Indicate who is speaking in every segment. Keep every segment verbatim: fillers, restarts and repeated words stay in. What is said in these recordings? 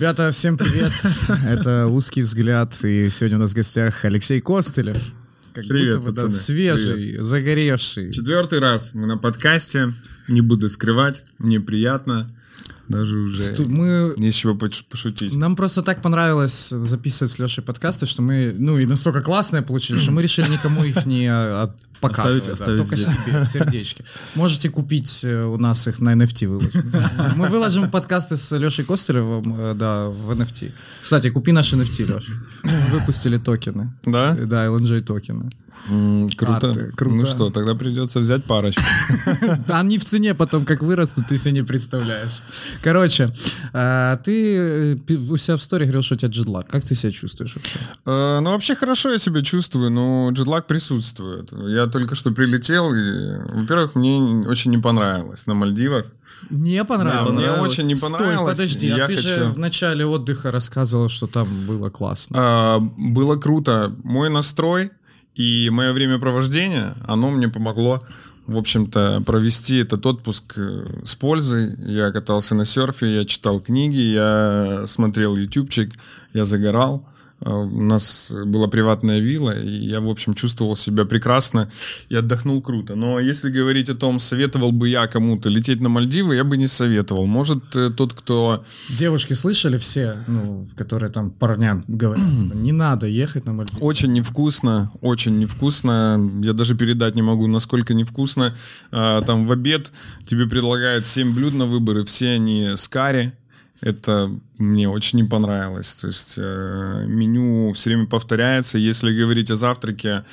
Speaker 1: Ребята, всем привет. Это «Узкий взгляд». И сегодня у нас в гостях Алексей Костылев. Как
Speaker 2: привет,
Speaker 1: будто бы, да,
Speaker 2: пацаны.
Speaker 1: свежий,
Speaker 2: Привет.
Speaker 1: загоревший.
Speaker 2: Четвертый раз мы на подкасте. Не буду скрывать. Мне приятно. Даже уже
Speaker 1: Сту- мы...
Speaker 2: не с чего пош- пошутить.
Speaker 1: Нам просто так понравилось записывать с Лешей подкасты, что мы, ну и настолько классные получили, что мы решили никому их не а, показывать,
Speaker 2: Оставить-
Speaker 1: да,
Speaker 2: оставить
Speaker 1: только
Speaker 2: здесь.
Speaker 1: себе, в сердечке. Можете купить э, у нас их на эн эф ти выложим. Мы выложим подкасты с Лешей Костылевым, э, да, в эн эф ти. Кстати, купи наш эн эф ти, Леш. Мы выпустили токены.
Speaker 2: Да?
Speaker 1: Да, эл эн джей токены.
Speaker 2: М, круто.
Speaker 1: Арты, круто.
Speaker 2: Ну что, тогда придется взять парочку.
Speaker 1: Да, они в цене потом как вырастут, ты себе не представляешь. Короче, э, ты э, пи- у себя в сторе говорил, что у тебя джетлаг. Как ты себя чувствуешь вообще?
Speaker 2: Э, Ну, вообще хорошо я себя чувствую, но джетлаг присутствует. Я только что прилетел, и, во-первых, мне очень не понравилось на Мальдивах.
Speaker 1: Не понравилось?
Speaker 2: Мне очень не
Speaker 1: Стой,
Speaker 2: понравилось.
Speaker 1: подожди,
Speaker 2: Я
Speaker 1: а ты же
Speaker 2: хочу-
Speaker 1: в начале отдыха рассказывал, что там было классно.
Speaker 2: А, Было круто. Мой настрой и мое времяпровождение, оно мне помогло, в общем-то, провести этот отпуск э, с пользой. Я катался на серфе, я читал книги, я смотрел ютубчик, я загорал. А, У нас была приватная вилла, и я, в общем, чувствовал себя прекрасно и отдохнул круто. Но если говорить о том, советовал бы я кому-то лететь на Мальдивы, я бы не советовал. Может, э, тот, кто...
Speaker 1: Девушки слышали все, ну, которые там парням говорят, не надо ехать на Мальдивы.
Speaker 2: Очень невкусно, очень невкусно. Я даже передать не могу, насколько невкусно. А, Там в обед тебе предлагают семь блюд на выбор, и все они с карри. Это мне очень не понравилось. То есть э, меню все время повторяется. Если говорить о завтраке,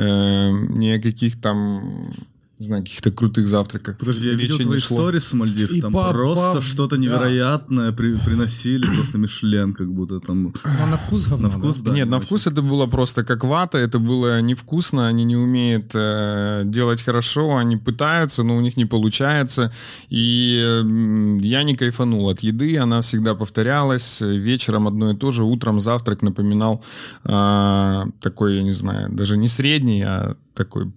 Speaker 2: э, не о каких там, не знаю, каких-то крутых завтраках.
Speaker 3: Подожди, я
Speaker 2: речи
Speaker 3: видел
Speaker 2: не
Speaker 3: твои
Speaker 2: шло.
Speaker 3: сторис с Мальдив,
Speaker 1: И
Speaker 3: там
Speaker 1: по-
Speaker 3: просто
Speaker 1: по-
Speaker 3: что-то
Speaker 1: да.
Speaker 3: невероятное при- приносили, просто Мишлен как будто там.
Speaker 1: Ну, на вкус говно,
Speaker 3: На вкус,
Speaker 1: да?
Speaker 3: да.
Speaker 2: Нет,
Speaker 3: не
Speaker 2: на
Speaker 3: очень.
Speaker 2: вкус это было просто как вата, это было невкусно, они не умеют э, делать хорошо, они пытаются, но у них не получается. И м, я не кайфанул от еды, она всегда повторялась, вечером одно и то же, утром завтрак напоминал э, такой, я не знаю, даже не средний, а такой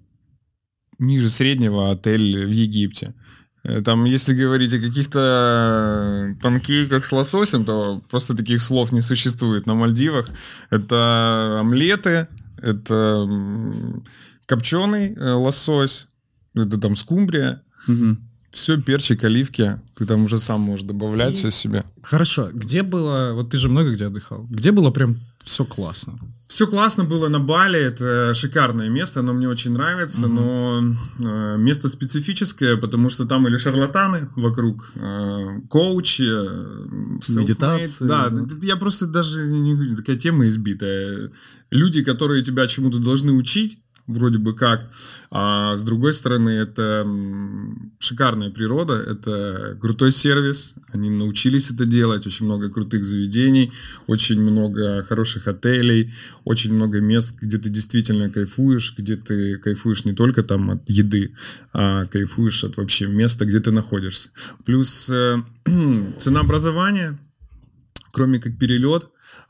Speaker 2: ниже среднего отель в Египте. Э, Там, если говорить о каких-то панкейках с лососем, то просто таких слов не существует на Мальдивах. Это омлеты, это копченый лосось, это там скумбрия,
Speaker 3: Мгм.
Speaker 2: все, перчик, оливки. Ты там уже сам можешь добавлять
Speaker 1: И-
Speaker 2: все себе.
Speaker 1: Хорошо, где было, вот ты же много где отдыхал, где было прям все классно?
Speaker 2: Все классно было на Бали, это шикарное место, оно мне очень нравится, но э, место специфическое, потому что там или шарлатаны вокруг, э, коучи, э, self-made.
Speaker 3: Медитации,
Speaker 2: Да,
Speaker 3: да.
Speaker 2: д- д- я просто даже не говорю, такая тема избитая. Люди, которые тебя чему-то должны учить, вроде бы как, а с другой стороны, это м, шикарная природа, это крутой сервис, они научились это делать, очень много крутых заведений, очень много хороших отелей, очень много мест, где ты действительно кайфуешь, где ты кайфуешь не только там от еды, а кайфуешь от вообще места, где ты находишься. Плюс э, ценообразование, кроме как перелет,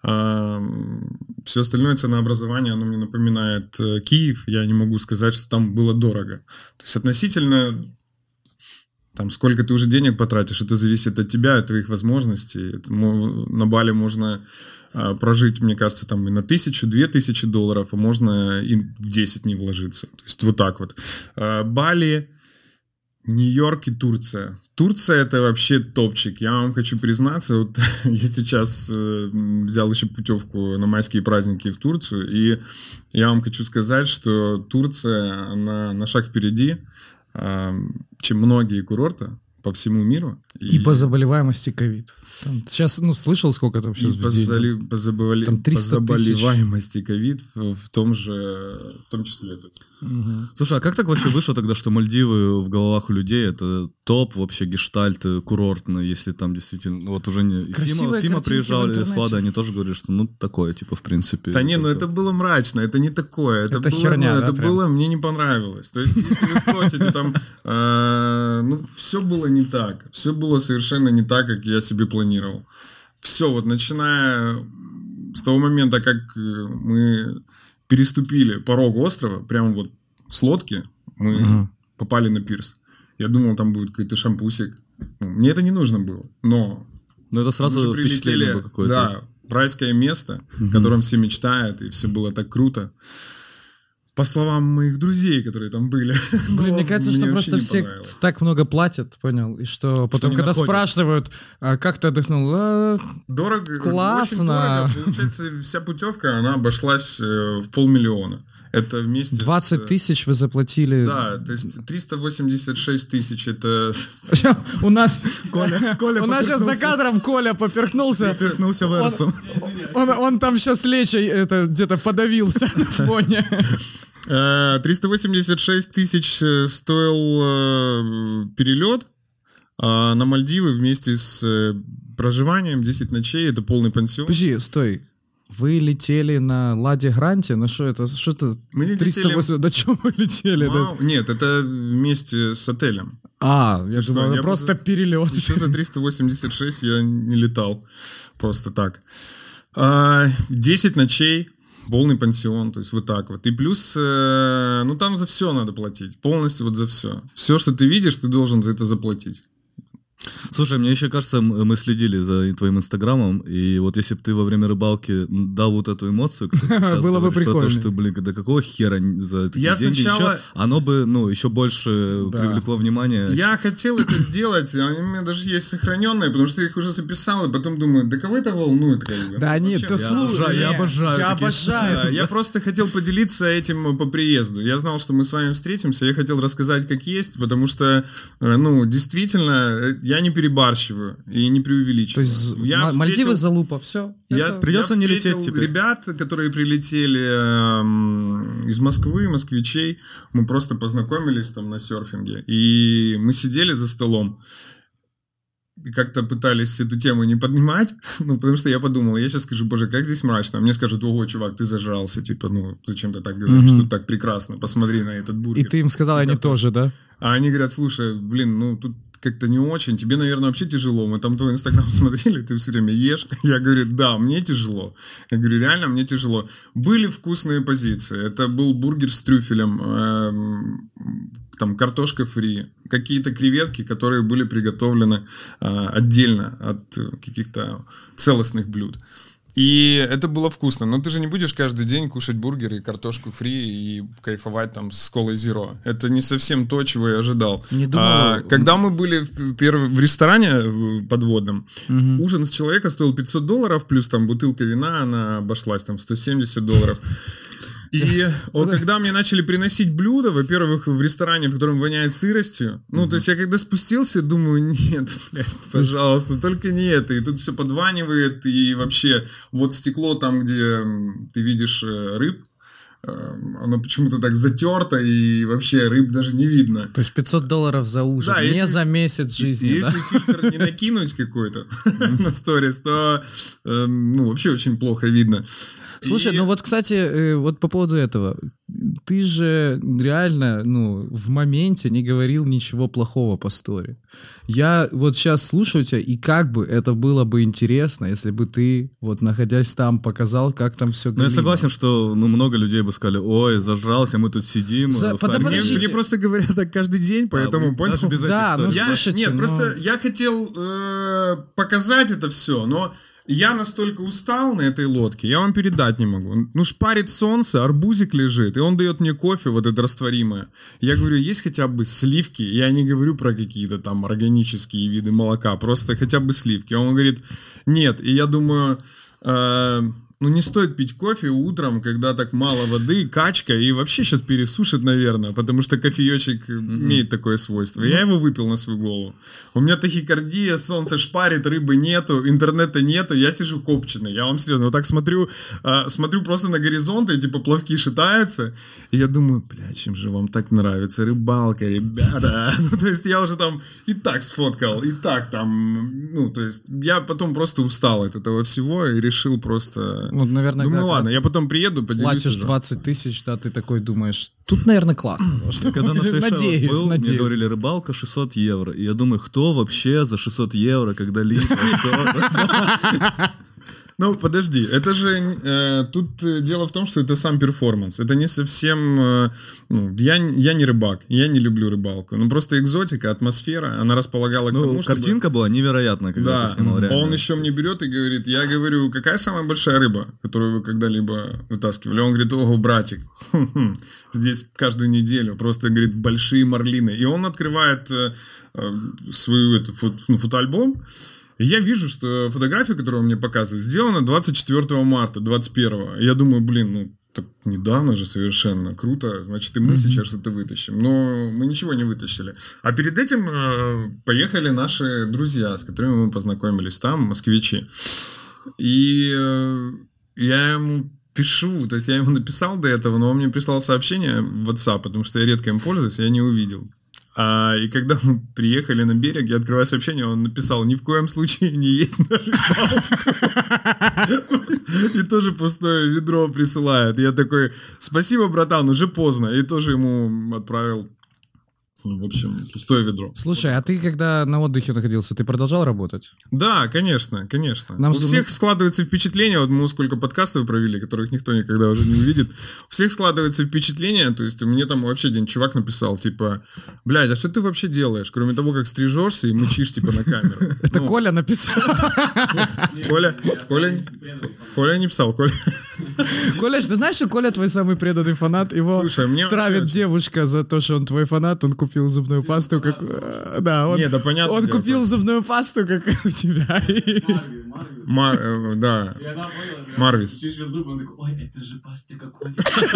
Speaker 2: все остальное ценообразование, оно мне напоминает э, Киев. Я не могу сказать, что там было дорого. То есть относительно там, сколько ты уже денег потратишь, это зависит от тебя, от твоих возможностей. Это мо- на Бали можно а, прожить, мне кажется, там и на тысячу, две тысячи долларов, а можно и в десять не вложиться. То есть вот так вот. А, Бали, Нью-Йорк и Турция. Турция — это вообще топчик. Я вам хочу признаться, вот я сейчас э, взял еще путевку на майские праздники в Турцию, и я вам хочу сказать, что Турция, она на шаг впереди, э, чем многие курорты по всему миру.
Speaker 1: И, по заболеваемости ковид. Там Сейчас, ну, слышал, сколько там
Speaker 2: и
Speaker 1: сейчас
Speaker 2: по,
Speaker 1: в день?
Speaker 2: зали- по заболе-
Speaker 1: там
Speaker 2: по
Speaker 1: триста тысяч.
Speaker 2: заболеваемости ковид в, в том же, в том числе тут.
Speaker 1: Мгм.
Speaker 3: Слушай, а как так вообще вышло тогда, что Мальдивы в головах у людей это топ вообще гештальт э, курортный, если там действительно, ну, вот уже не... и
Speaker 1: Красивые
Speaker 3: Фима, Фима
Speaker 1: картинки в
Speaker 3: приезжал, и
Speaker 1: интернете.
Speaker 3: Слада, они тоже говорили, что ну такое, типа, в принципе.
Speaker 2: Да не, ну
Speaker 3: это-
Speaker 2: это было мрачно, это не такое. Это,
Speaker 1: Это
Speaker 2: было,
Speaker 1: херня,
Speaker 2: ну,
Speaker 1: да,
Speaker 2: это
Speaker 1: прям?
Speaker 2: было, мне не понравилось. То есть, если вы спросите, там, э, ну, все было не так. Все было совершенно не так, как я себе планировал. Все, вот начиная с того момента, как э, мы переступили порог острова, прямо вот с лодки, мы
Speaker 1: Мгм.
Speaker 2: попали на пирс. Я думал, там будет какой-то шампусик. Ну, мне это не нужно было, но...
Speaker 3: Но это сразу
Speaker 2: Мы же
Speaker 3: впечатление
Speaker 2: прилетели,
Speaker 3: было какое-то.
Speaker 2: да, в райское место,
Speaker 3: Мгм.
Speaker 2: о котором все мечтают, и все было так круто. По словам моих друзей, которые там были.
Speaker 1: Блин, мне кажется, что
Speaker 2: вообще
Speaker 1: просто
Speaker 2: не
Speaker 1: все
Speaker 2: понравилось.
Speaker 1: так много платят, понял? И что потом,
Speaker 3: не
Speaker 1: когда
Speaker 3: находят.
Speaker 1: спрашивают, а как ты отдохнул? «А,
Speaker 2: Дорого,
Speaker 1: Классно.
Speaker 2: очень дорого. Получается, вся путевка, она обошлась э, в полмиллиона. Это вместе
Speaker 1: двадцать
Speaker 2: с...
Speaker 1: тысяч вы заплатили.
Speaker 2: Да, то есть триста восемьдесят шесть тысяч это...
Speaker 1: У нас
Speaker 3: Коля, Коля
Speaker 1: у нас сейчас за
Speaker 3: поперхнулся.
Speaker 1: кадром Коля поперхнулся.
Speaker 3: Поперхнулся
Speaker 1: Он,
Speaker 3: версом.
Speaker 1: он, он там сейчас лечей это, где-то подавился на фоне.
Speaker 2: Э, триста восемьдесят шесть тысяч э, стоил э, перелет а на Мальдивы вместе с э, проживанием десять ночей. Это полный пансион.
Speaker 1: Подожди, стой. Вы летели на Ладе Гранте? На что это? Что это?
Speaker 2: Мы не
Speaker 1: триста
Speaker 2: летели-
Speaker 1: восемьдесят. До чего вы летели? Да?
Speaker 2: Вау. Нет, это вместе с отелем.
Speaker 1: А, я
Speaker 2: что,
Speaker 1: думал,
Speaker 2: я
Speaker 1: просто
Speaker 2: бы за-
Speaker 1: перелет.
Speaker 2: Еще за триста восемьдесят шесть я не летал. Просто так. А, десять ночей, полный пансион, то есть вот так вот. И плюс, э, ну там за все надо платить. Полностью вот за все. Все, что ты видишь, ты должен за это заплатить.
Speaker 3: Слушай, мне еще кажется, м- мы следили за твоим инстаграмом, и вот если бы ты во время рыбалки дал вот эту эмоцию, которую ты сейчас
Speaker 1: Было бы
Speaker 3: говоришь, про
Speaker 1: прикольно.
Speaker 3: то, что, блин, да какого хера за такие
Speaker 2: Я
Speaker 3: деньги
Speaker 2: сначала-
Speaker 3: еще, оно бы, ну, еще больше
Speaker 1: Да.
Speaker 3: привлекло внимание.
Speaker 2: Я хотел это сделать, они у меня даже есть сохраненные, потому что я их уже записал, и потом думаю, да кого это волнует? Как бы?
Speaker 1: Да нет,
Speaker 2: Зачем?
Speaker 1: ты
Speaker 2: Я
Speaker 1: слушай.
Speaker 3: обожаю, я
Speaker 1: нет,
Speaker 3: обожаю
Speaker 1: Я
Speaker 3: такие
Speaker 1: обожаю.
Speaker 2: Да, я просто хотел поделиться этим по приезду. Я знал, что мы с вами встретимся. Я хотел рассказать, как есть, потому что, э, ну, действительно, э, я не перебарщиваю и не
Speaker 1: То
Speaker 2: преувеличиваю.
Speaker 1: есть
Speaker 2: я
Speaker 1: М-
Speaker 2: встретил-
Speaker 1: Мальдивы залупа, все.
Speaker 2: Я,
Speaker 3: Придется
Speaker 2: я
Speaker 3: не лететь
Speaker 2: встретил
Speaker 3: теперь.
Speaker 2: ребят, которые прилетели эм, из Москвы, москвичей. Мы просто познакомились там на серфинге. И мы сидели за столом. И как-то пытались эту тему не поднимать, ну, потому что я подумал, я сейчас скажу, боже, как здесь мрачно. А мне скажут, ого, чувак, ты зажрался, типа, ну, зачем ты так говоришь,
Speaker 1: Мгм.
Speaker 2: тут так прекрасно, посмотри на этот бургер.
Speaker 1: И ты им сказал, они тоже, да?
Speaker 2: А они говорят, слушай, блин, ну, тут как-то не очень, тебе, наверное, вообще тяжело, мы там твой инстаграм смотрели, ты все время ешь. Я говорю, да, мне тяжело. Я говорю, реально, мне тяжело. Были вкусные позиции. Это был бургер с трюфелем, эм, там картошка фри, какие-то креветки, которые были приготовлены э, отдельно от э, каких-то целостных блюд. И это было вкусно. Но ты же не будешь каждый день кушать бургеры, картошку фри и кайфовать там с колой зеро. Это не совсем то, чего я ожидал.
Speaker 1: Не думал.
Speaker 2: А, когда мы были в, перв... в ресторане э, подводном,
Speaker 1: Мгм.
Speaker 2: ужин с человека стоил пятьсот долларов, плюс там бутылка вина, она обошлась там сто семьдесят долларов. И вот когда мне начали приносить блюда, во-первых, в ресторане, в котором воняет сыростью, ну, то есть я когда спустился, думаю, нет, блядь, пожалуйста, только не это. И тут все подванивает, и вообще вот стекло там, где м, ты видишь э, рыб, э, оно почему-то так затерто, и вообще рыб даже не видно.
Speaker 1: То есть пятьсот долларов за ужин,
Speaker 2: Да,
Speaker 1: не
Speaker 2: если-
Speaker 1: за месяц жизни,
Speaker 2: Если
Speaker 1: да?
Speaker 2: фильтр не накинуть какой-то на сторис, то э, ну, вообще очень плохо видно.
Speaker 1: Слушай,
Speaker 2: И-
Speaker 1: ну вот, кстати, э, вот по поводу этого. Ты же реально, ну, в моменте не говорил ничего плохого по стори. Я вот сейчас слушаю тебя, и как бы это было бы интересно, если бы ты, вот находясь там, показал, как там все
Speaker 3: Ну, я согласен, что ну, много людей бы сказали, ой, зажрался, мы тут сидим.
Speaker 1: За-
Speaker 3: э,
Speaker 1: подо-
Speaker 3: фармим».
Speaker 2: Мне,
Speaker 1: подождите.
Speaker 2: мне просто говорят так каждый день, поэтому
Speaker 3: А,
Speaker 2: понял.
Speaker 3: даже без этих
Speaker 1: Да, ну,
Speaker 3: сторис.
Speaker 2: Я,
Speaker 1: слушайте,
Speaker 2: нет,
Speaker 1: ну-
Speaker 2: просто я хотел э, показать это все, но я настолько устал на этой лодке, я вам передать не могу. Ну, шпарит солнце, арбузик лежит, и он дает мне кофе, вот это растворимое. Я говорю, есть хотя бы сливки? Я не говорю про какие-то там органические виды молока, просто хотя бы сливки. Он говорит, нет. И я думаю... э, ну, не стоит пить кофе утром, когда так мало воды, качка, и вообще сейчас пересушит, наверное, потому что кофеечек имеет такое свойство. Я его выпил на свою голову. У меня тахикардия, солнце шпарит, рыбы нету, интернета нету, я сижу копченый. Я вам серьезно, вот так смотрю, э, смотрю просто на горизонт, и типа плавки шатаются, и я думаю, бля, чем же вам так нравится рыбалка, ребята? Ну, то есть я уже там и так сфоткал, и так там, ну, то есть я потом просто устал от этого всего и решил просто...
Speaker 1: Ну, наверное,
Speaker 2: Думаю,
Speaker 1: да,
Speaker 2: ладно,
Speaker 1: когда
Speaker 2: я потом приеду, поделюсь
Speaker 1: платишь
Speaker 2: уже.
Speaker 1: двадцать тысяч, да, ты такой думаешь, тут, наверное, классно.
Speaker 3: Когда на Сейшелах
Speaker 1: Надеюсь,
Speaker 3: был, мне
Speaker 1: надеюсь.
Speaker 3: говорили, рыбалка шестьсот евро. И я думаю, кто вообще за шестьсот евро когда-либо? Кто?
Speaker 2: Ну, подожди, это же э, тут дело в том, что это сам перформанс. Это не совсем... Э, ну, я, я не рыбак, я не люблю рыбалку. Ну, просто экзотика, атмосфера, она располагала к
Speaker 3: ну,
Speaker 2: тому, чтобы...
Speaker 3: картинка была невероятная, когда
Speaker 2: да,
Speaker 3: ты снимал реально.
Speaker 2: Он еще мне берет и говорит, я говорю, какая самая большая рыба, которую вы когда-либо вытаскивали? Он говорит, ого, братик, здесь каждую неделю просто, говорит, большие марлины. И он открывает э, свою эту, фото, ну, фотоальбом. И я вижу, что фотография, которую он мне показывает, сделана двадцать четвёртого марта, двадцать первого. Я думаю, блин, ну так недавно же совершенно круто, значит и мы mm-hmm. сейчас это вытащим. Но мы ничего не вытащили. А перед этим э, поехали наши друзья, с которыми мы познакомились там, москвичи. И э, я ему пишу, то есть я ему написал до этого, но он мне прислал сообщение в WhatsApp, потому что я редко им пользуюсь, я не увидел. А, и когда мы приехали на берег, я открываю сообщение, он написал, ни в коем случае не едь на рыбалку. И тоже пустое ведро присылает. Я такой, спасибо, братан, уже поздно. И тоже ему отправил, в общем, пустое ведро.
Speaker 1: Слушай, а ты, когда на отдыхе находился, ты продолжал работать?
Speaker 2: Да, конечно, конечно.
Speaker 1: Нам
Speaker 2: у всех складывается впечатление, вот мы сколько подкастов провели, которых никто никогда уже не увидит, у всех складывается впечатление, то есть мне там вообще один чувак написал, типа, блядь, а что ты вообще делаешь, кроме того, как стрижешься и мычишь, типа, на камеру?
Speaker 1: Это Коля написал.
Speaker 2: Коля, Коля, Коля не писал, Коля.
Speaker 1: Коля, ты знаешь, что Коля твой самый преданный фанат, его
Speaker 2: Слушай, мне
Speaker 1: травит
Speaker 2: вообще...
Speaker 1: девушка за то, что он твой фанат, он купил зубную пасту, как... Да, он,
Speaker 2: Не, да, понятно,
Speaker 1: он
Speaker 2: дело,
Speaker 1: купил
Speaker 2: так.
Speaker 1: зубную пасту, как у тебя.
Speaker 2: Мар, э, да,
Speaker 4: и она поняла,
Speaker 2: Марвис.
Speaker 4: чешешь зубы, он такой, ой, это же паста какой.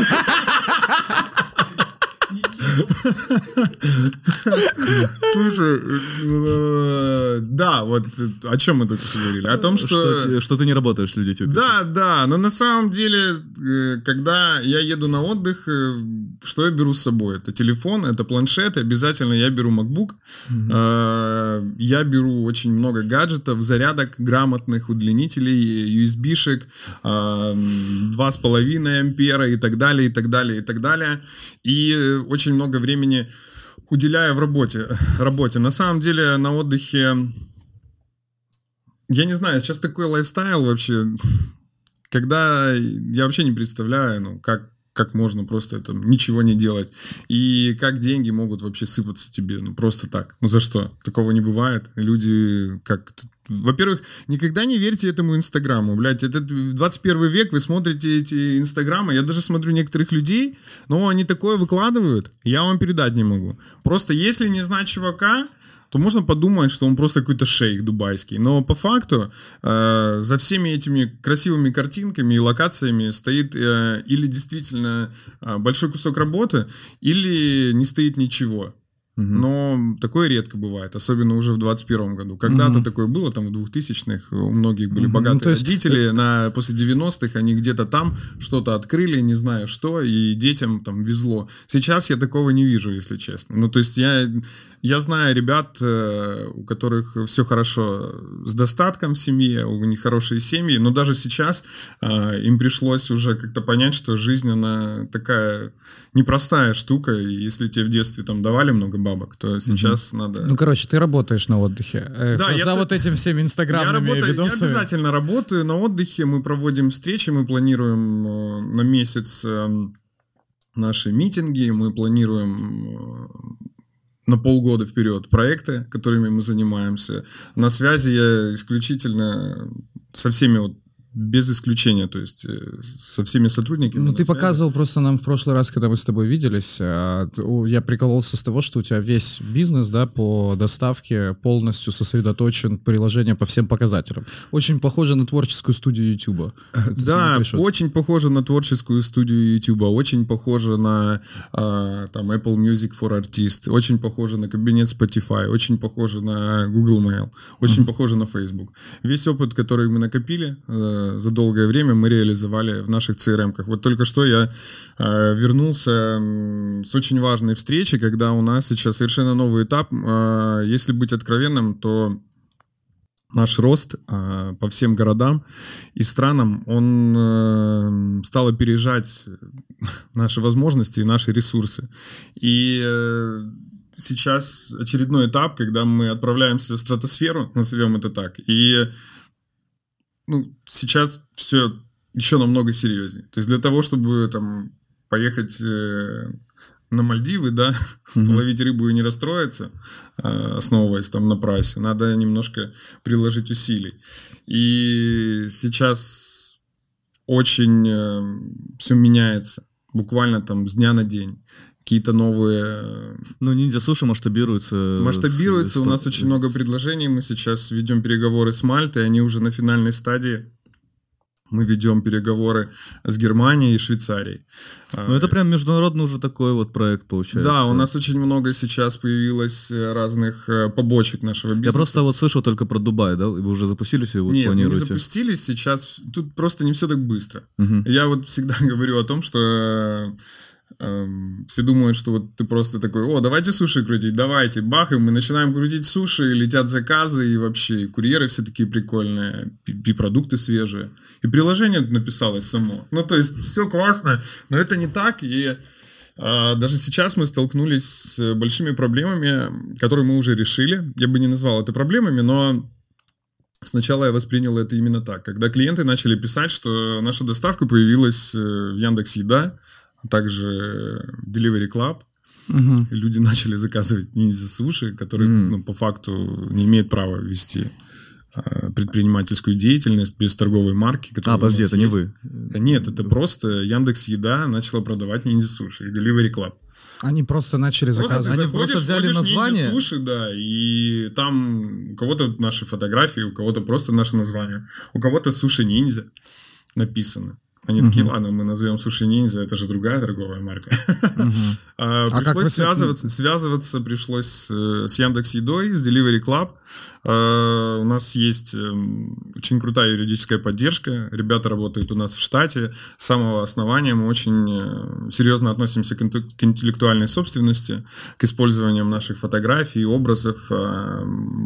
Speaker 2: Слушай, э, да, вот о чем мы только что говорили? О том, что...
Speaker 3: Что, что ты не работаешь, люди тебе пишут.
Speaker 2: Да, да, но на самом деле, э, когда я еду на отдых, э, что я беру с собой? Это телефон, это планшет, и обязательно я беру MacBook,
Speaker 1: Мгм.
Speaker 2: э, я беру очень много гаджетов, зарядок грамотных, удлинителей, ю эс би-шек, э, два с половиной ампера и так далее, и так далее, и так далее. И э, очень много времени уделяю в работе, работе. На самом деле на отдыхе, я не знаю, сейчас такой лайфстайл вообще, когда я вообще не представляю, ну, как, как можно просто это, ничего не делать. И как деньги могут вообще сыпаться тебе, ну, просто так. Ну, за что? Такого не бывает. Люди как... Во-первых, никогда не верьте этому Инстаграму, блядь, это двадцать первый век, вы смотрите эти Инстаграмы, я даже смотрю некоторых людей, но они такое выкладывают, я вам передать не могу. Просто если не знать чувака, то можно подумать, что он просто какой-то шейх дубайский. Но по факту э, за всеми этими красивыми картинками и локациями стоит э, или действительно э, большой кусок работы, или не стоит ничего. Но такое редко бывает, особенно уже в двадцать первом году. Когда-то
Speaker 1: Мгм.
Speaker 2: такое было, там в двухтысячных у многих были
Speaker 1: Мгм.
Speaker 2: богатые
Speaker 1: Ну, то есть
Speaker 2: родители, на, после девяностых они где-то там что-то открыли, не знаю что, и детям там везло. Сейчас я такого не вижу, если честно. Ну, то есть я, я знаю ребят, э, у которых все хорошо с достатком в семье, у них хорошие семьи, но даже сейчас э, им пришлось уже как-то понять, что жизнь, она такая непростая штука, и если тебе в детстве там давали много бабок, то сейчас надо...
Speaker 1: Ну, короче, ты работаешь на отдыхе. Э,
Speaker 2: Да,
Speaker 1: за
Speaker 2: я
Speaker 1: вот
Speaker 2: т-
Speaker 1: этими всеми
Speaker 2: Я,
Speaker 1: инстаграмными
Speaker 2: работаю, я
Speaker 1: видосами.
Speaker 2: обязательно работаю на отдыхе, мы проводим встречи, мы планируем э, на месяц э, наши митинги, мы планируем э, на полгода вперед проекты, которыми мы занимаемся. На связи я исключительно со всеми вот без исключения, то есть э, со всеми сотрудниками.
Speaker 1: Ну,
Speaker 2: на
Speaker 1: ты
Speaker 2: связи.
Speaker 1: показывал просто нам в прошлый раз, когда мы с тобой виделись, а, т- у- я прикололся с того, что у тебя весь бизнес, да, по доставке полностью сосредоточен, приложение по всем показателям. Очень похоже на творческую студию Ютуба. Ты
Speaker 2: Да,
Speaker 1: смотришь вот-
Speaker 2: очень похоже на творческую студию YouTube, очень похоже на а, там Apple Music for Artists, очень похоже на кабинет Spotify, очень похоже на Google Mail, очень
Speaker 1: Мгм.
Speaker 2: похоже на Facebook. Весь опыт, который мы накопили э, за долгое время, мы реализовали в наших си эр эм-ках. Вот только что я э, вернулся м, с очень важной встречи, когда у нас сейчас совершенно новый этап. Э, если быть откровенным, то наш рост э, по всем городам и странам, он э, стал опережать наши возможности и наши ресурсы. И э, сейчас очередной этап, когда мы отправляемся в стратосферу, назовем это так, и ну, сейчас все еще намного серьезнее. То есть для того, чтобы там поехать э, на Мальдивы, да, mm-hmm. половить рыбу и не расстроиться, э, основываясь там на прайсе, надо немножко приложить усилий. И сейчас очень э, все меняется, буквально там с дня на день. Какие-то новые...
Speaker 3: Ну, Ниндзя Суши масштабируется.
Speaker 2: Масштабируется,
Speaker 3: с...
Speaker 2: у нас очень много предложений, мы сейчас ведем переговоры с Мальтой, они уже на финальной стадии. Мы ведем переговоры с Германией и Швейцарией.
Speaker 3: Ну, это прям международный уже такой вот проект получается.
Speaker 2: Да, у нас очень много сейчас появилось разных побочек нашего бизнеса.
Speaker 3: Я просто вот слышал только про Дубай, да? Вы уже запустились или вот
Speaker 2: Нет,
Speaker 3: планируете?
Speaker 2: Нет, не запустились сейчас. Тут просто не все так быстро.
Speaker 3: Угу.
Speaker 2: Я вот всегда говорю о том, что... Все думают, что вот ты просто такой: о, давайте суши крутить, давайте, бах, и мы начинаем крутить суши, и летят заказы, и вообще и курьеры все такие прикольные, и, и продукты свежие, и приложение написалось само. Ну, то есть все классно, но это не так, и а, даже сейчас мы столкнулись с большими проблемами, которые мы уже решили. Я бы не назвал это проблемами, но сначала я воспринял это именно так. Когда клиенты начали писать, что наша доставка появилась в Яндекс.Еда, а также Delivery Club. Uh-huh. И люди начали заказывать Ниндзя Суши, которые mm. ну, по факту не имеют права вести а, предпринимательскую деятельность без торговой марки.
Speaker 3: А, подожди, это
Speaker 2: есть.
Speaker 3: не вы?
Speaker 2: Да нет, это просто Яндекс.Еда начала продавать Ниндзя Суши и Delivery Club.
Speaker 1: Они просто начали заказывать.
Speaker 2: Просто
Speaker 3: Они
Speaker 2: заходишь,
Speaker 3: просто взяли название.
Speaker 2: Ниндзя Суши, да, и там у кого-то наши фотографии, у кого-то просто наше название, у кого-то Суши Ниндзя написано. Они uh-huh. такие: ладно, мы назовем Суши Ниндзя, это же другая торговая марка. Uh-huh. а, пришлось а связываться, это... связываться пришлось с, с Яндекс.Едой, с Delivery Club. А, у нас есть очень крутая юридическая поддержка. Ребята работают у нас в штате. С самого основания мы очень серьезно относимся к, инту- к интеллектуальной собственности, к использованию наших фотографий, образов, а,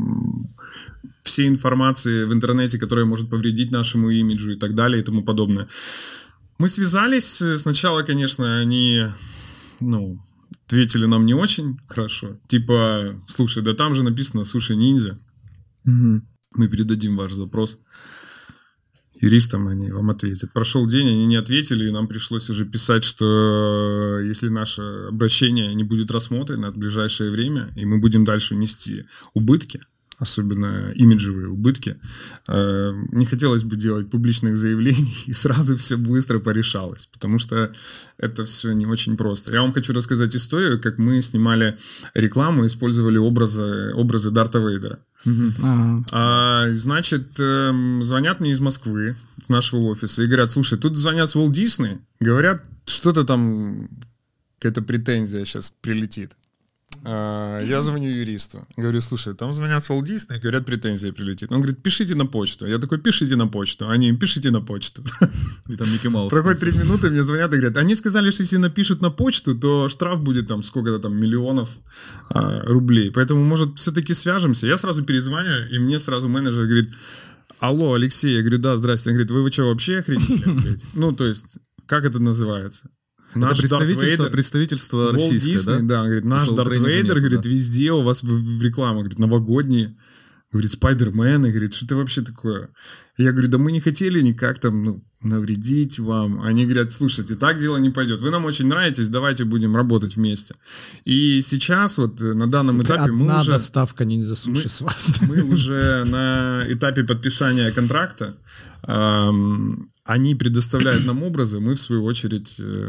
Speaker 2: всей информации в интернете, которая может повредить нашему имиджу и так далее и тому подобное. Мы связались. Сначала, конечно, они, ну, ответили нам не очень хорошо. Типа: слушай, да там же написано Суши Ниндзя. Угу. Мы передадим ваш запрос юристам, они вам ответят. Прошел день, они не ответили, и нам пришлось уже писать, что если наше обращение не будет рассмотрено в ближайшее время, и мы будем дальше нести убытки, особенно имиджевые убытки, не хотелось бы делать публичных заявлений, и сразу все быстро порешалось, потому что это все не очень просто. Я вам хочу рассказать историю, как мы снимали рекламу, использовали образы, образы Дарта Вейдера. Uh-huh. Uh-huh. А, значит, звонят мне из Москвы, с нашего офиса, и говорят: слушай, тут звонят с Walt Disney, говорят, что-то там, какая-то претензия сейчас прилетит. Я звоню юристу, говорю: слушай, там звонят с Walt Disney, говорят, претензия прилетит. Он говорит: пишите на почту. Я такой: пишите на почту. Они им: пишите на почту.
Speaker 3: И там Микки Маус.
Speaker 2: Проходит три минуты, мне звонят и говорят: они сказали, что если напишут на почту, то штраф будет там сколько-то там миллионов а, рублей. Поэтому, может, все-таки свяжемся. Я сразу перезваниваю, и мне сразу менеджер говорит: алло, Алексей. Я говорю: да, здрасте. Он говорит: вы, вы что, вообще охренели? Ну, то есть, как это называется?
Speaker 3: Наш это представительство, представительство российское,
Speaker 2: Disney,
Speaker 3: да?
Speaker 2: Да, он говорит: наш Дарт Вейдер, говорит, да? Везде у вас в, в рекламе, говорит, новогодние, говорит, Спайдермены, говорит, что это вообще такое? Я говорю: да мы не хотели никак там, ну, навредить вам. Они говорят: слушайте, так дело не пойдет, вы нам очень нравитесь, давайте будем работать вместе. И сейчас вот на данном этапе
Speaker 1: Одна
Speaker 2: мы уже...
Speaker 1: доставка Ниндзя Суши с вас.
Speaker 2: Мы уже на этапе подписания контракта. Эм, они предоставляют нам образы, мы в свою очередь... Э,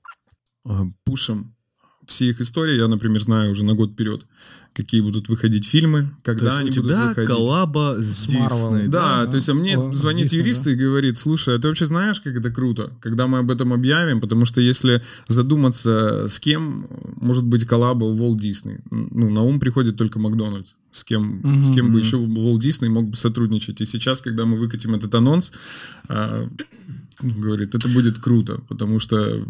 Speaker 2: пушим все их истории. Я, например, знаю уже на год вперед, какие будут выходить фильмы, когда они будут выходить.
Speaker 3: У тебя коллаба с Дисней.
Speaker 2: Да, да, то есть а мне О, звонит Disney, юрист да? и говорит: слушай, а ты вообще знаешь, как это круто, когда мы об этом объявим? Потому что если задуматься, с кем может быть коллаба у Walt Disney, ну, на ум приходит только Макдональдс. С кем, mm-hmm. с кем бы еще Walt Disney мог бы сотрудничать. И сейчас, когда мы выкатим этот анонс, говорит, это будет круто, потому что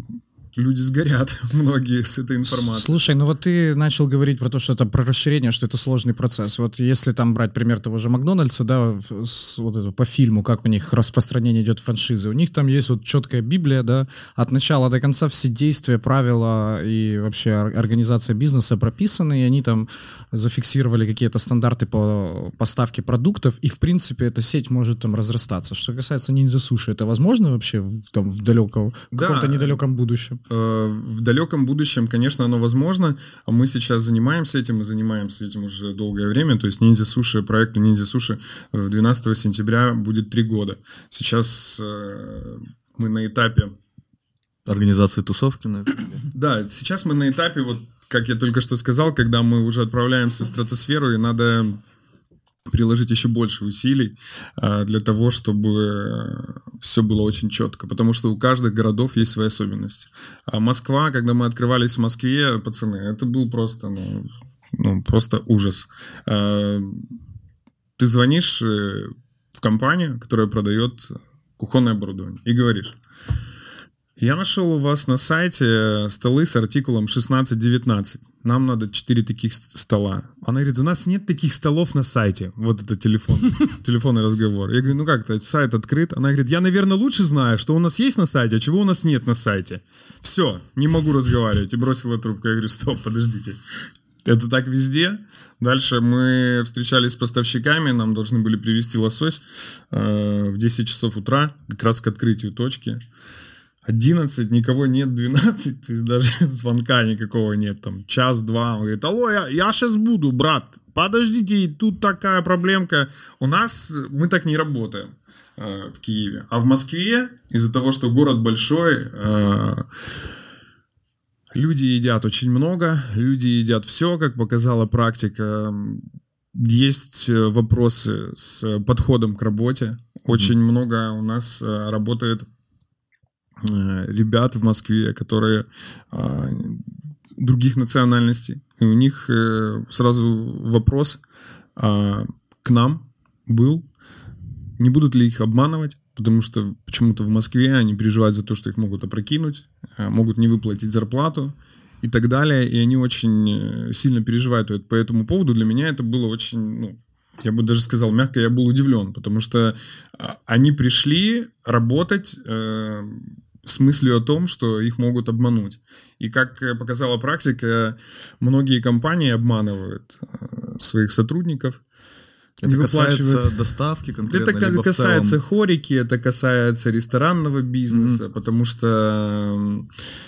Speaker 2: люди сгорят, многие, с этой информацией.
Speaker 1: Слушай, ну вот ты начал говорить про то, что это про расширение, что это сложный процесс. Вот если там брать пример того же Макдональдса, да, с, вот это, по фильму, как у них распространение идет франшизы, у них там есть вот четкая Библия, да, от начала до конца все действия, правила и вообще организация бизнеса прописаны, и они там зафиксировали какие-то стандарты по поставке продуктов, и в принципе эта сеть может там разрастаться. Что касается ниндзя суши, это возможно вообще в, там, в далеком, в
Speaker 2: Да.
Speaker 1: каком-то недалеком будущем?
Speaker 2: В далеком будущем, конечно, оно возможно. А мы сейчас занимаемся этим, мы занимаемся этим уже долгое время. То есть ниндзя суши, проекту ниндзя суши двенадцатого сентября будет три года. Сейчас мы на этапе...
Speaker 3: Организации тусовки, наверное.
Speaker 2: Да, сейчас мы на этапе, вот как я только что сказал, когда мы уже отправляемся в стратосферу, и надо приложить еще больше усилий а, для того, чтобы все было очень четко, потому что у каждых городов есть свои особенности. А Москва, когда мы открывались в Москве, пацаны, это был просто, ну, ну просто ужас. А, ты звонишь в компанию, которая продает кухонное оборудование, и говоришь: я нашел у вас на сайте столы с артикулом шестнадцать девятнадцать. Нам надо четыре таких стола. Она говорит: у нас нет таких столов на сайте. Вот это телефон, телефонный разговор. Я говорю: ну как-то, сайт открыт. Она говорит: я, наверное, лучше знаю, что у нас есть на сайте, а чего у нас нет на сайте. Все, не могу разговаривать. И бросила трубку. Я говорю: стоп, подождите. Это так везде. Дальше мы встречались с поставщиками, нам должны были привезти лосось э, в десять часов утра, как раз к открытию точки. одиннадцать, никого нет, двенадцать, то есть даже звонка никакого нет, там час-два, он говорит: алло, я, я сейчас буду, брат, подождите, тут такая проблемка. У нас, мы так не работаем э, в Киеве, а в Москве из-за того, что город большой, э, люди едят очень много, люди едят все, как показала практика. Есть вопросы с подходом к работе, очень mm-hmm. много у нас э, работает ребят в Москве, которые а, других национальностей. И у них э, сразу вопрос а, к нам был: не будут ли их обманывать, потому что почему-то в Москве они переживают за то, что их могут опрокинуть, а, могут не выплатить зарплату и так далее. И они очень сильно переживают по этому поводу. Для меня это было очень... Ну, я бы даже сказал мягко, я был удивлен, потому что они пришли работать э, с мыслью о том, что их могут обмануть. И как показала практика, многие компании обманывают э, своих сотрудников.
Speaker 3: Это касается доставки конкретно?
Speaker 2: Это
Speaker 3: либо
Speaker 2: касается
Speaker 3: в целом...
Speaker 2: хорики, это касается ресторанного бизнеса, mm-hmm. потому что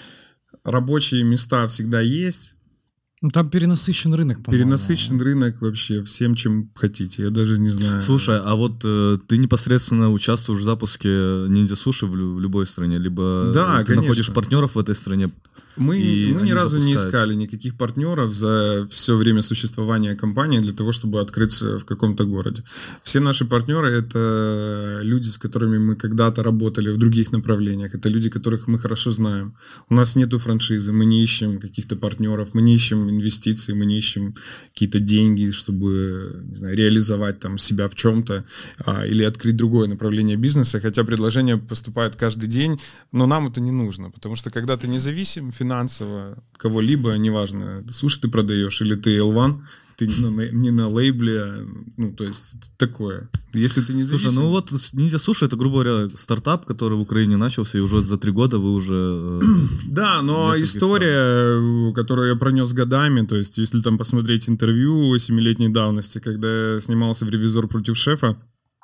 Speaker 2: рабочие места всегда есть.
Speaker 1: Ну, там перенасыщен рынок, по-моему.
Speaker 2: Перенасыщен рынок вообще всем, чем хотите. Я даже не знаю.
Speaker 3: Слушай, а вот э, ты непосредственно участвуешь в запуске ниндзя суши в, лю- в любой стране? Либо
Speaker 2: да,
Speaker 3: ты
Speaker 2: конечно.
Speaker 3: находишь партнеров в этой стране?
Speaker 2: Мы, мы ни разу
Speaker 3: запускают.
Speaker 2: не искали никаких партнеров за все время существования компании для того, чтобы открыться в каком-то городе. Все наши партнеры — это люди, с которыми мы когда-то работали в других направлениях. Это люди, которых мы хорошо знаем. У нас нету франшизы, мы не ищем каких-то партнеров, мы не ищем инвестиции, мы не ищем какие-то деньги, чтобы, не знаю, реализовать там себя в чем-то а, или открыть другое направление бизнеса. Хотя предложения поступают каждый день, но нам это не нужно, потому что когда ты независим финансово кого-либо, неважно, суши ты продаешь или ты эл один, ты не на, не на лейбле, ну, то есть такое. Если ты не зависим...
Speaker 3: Слушай, ну вот ниндзя суши — это, грубо говоря, стартап, который в Украине начался, и уже за три года вы уже...
Speaker 2: Да, но история, которую я пронес годами, то есть если там посмотреть интервью семилетней давности, когда я снимался в «Ревизор против шефа»,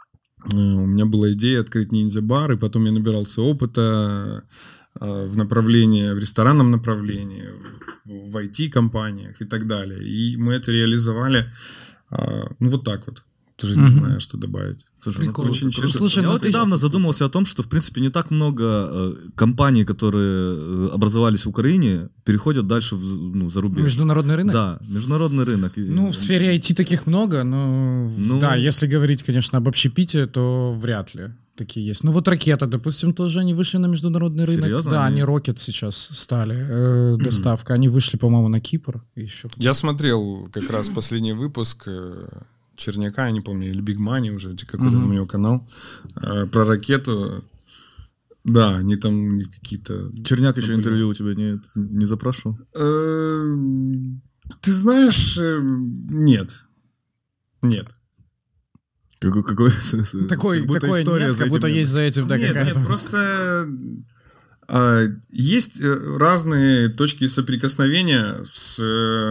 Speaker 2: у меня была идея открыть ниндзя-бар, и потом я набирался опыта в направлении, в ресторанном направлении, в ай ти-компаниях и так далее. И мы это реализовали, ну, вот так вот. Тоже mm-hmm. не знаю, что добавить.
Speaker 3: Слушай, ну,
Speaker 1: круто,
Speaker 3: очень
Speaker 1: круто. Слушай,
Speaker 3: я
Speaker 1: ну,
Speaker 3: вот недавно задумался о том, что, в принципе, не так много э, компаний, которые образовались в Украине, переходят дальше в, ну, за рубеж.
Speaker 1: Международный рынок?
Speaker 3: Да, международный рынок.
Speaker 1: Ну, в сфере ай ти таких много, но... Ну, да, если говорить, конечно, об общепите, то вряд ли такие есть. Ну, вот Ракета, допустим, тоже они вышли на международный рынок.
Speaker 3: Серьезно?
Speaker 1: Да, они Rocket сейчас стали, э, доставка. Они вышли, по-моему, на Кипр. Еще.
Speaker 2: Я смотрел как раз последний выпуск... Черняка, я не помню, или Big Money уже, какой-то uh-huh. у него канал, э, про ракету. Да, они там какие-то...
Speaker 3: Черняк еще интервью у тебя не, не запрашивал?
Speaker 2: Ты знаешь, нет. Нет.
Speaker 3: Какой, какой,
Speaker 1: такой,
Speaker 3: как
Speaker 1: такой нет, как будто есть за этим, да,
Speaker 2: нет,
Speaker 1: какая-то...
Speaker 2: Нет, просто а, есть разные точки соприкосновения с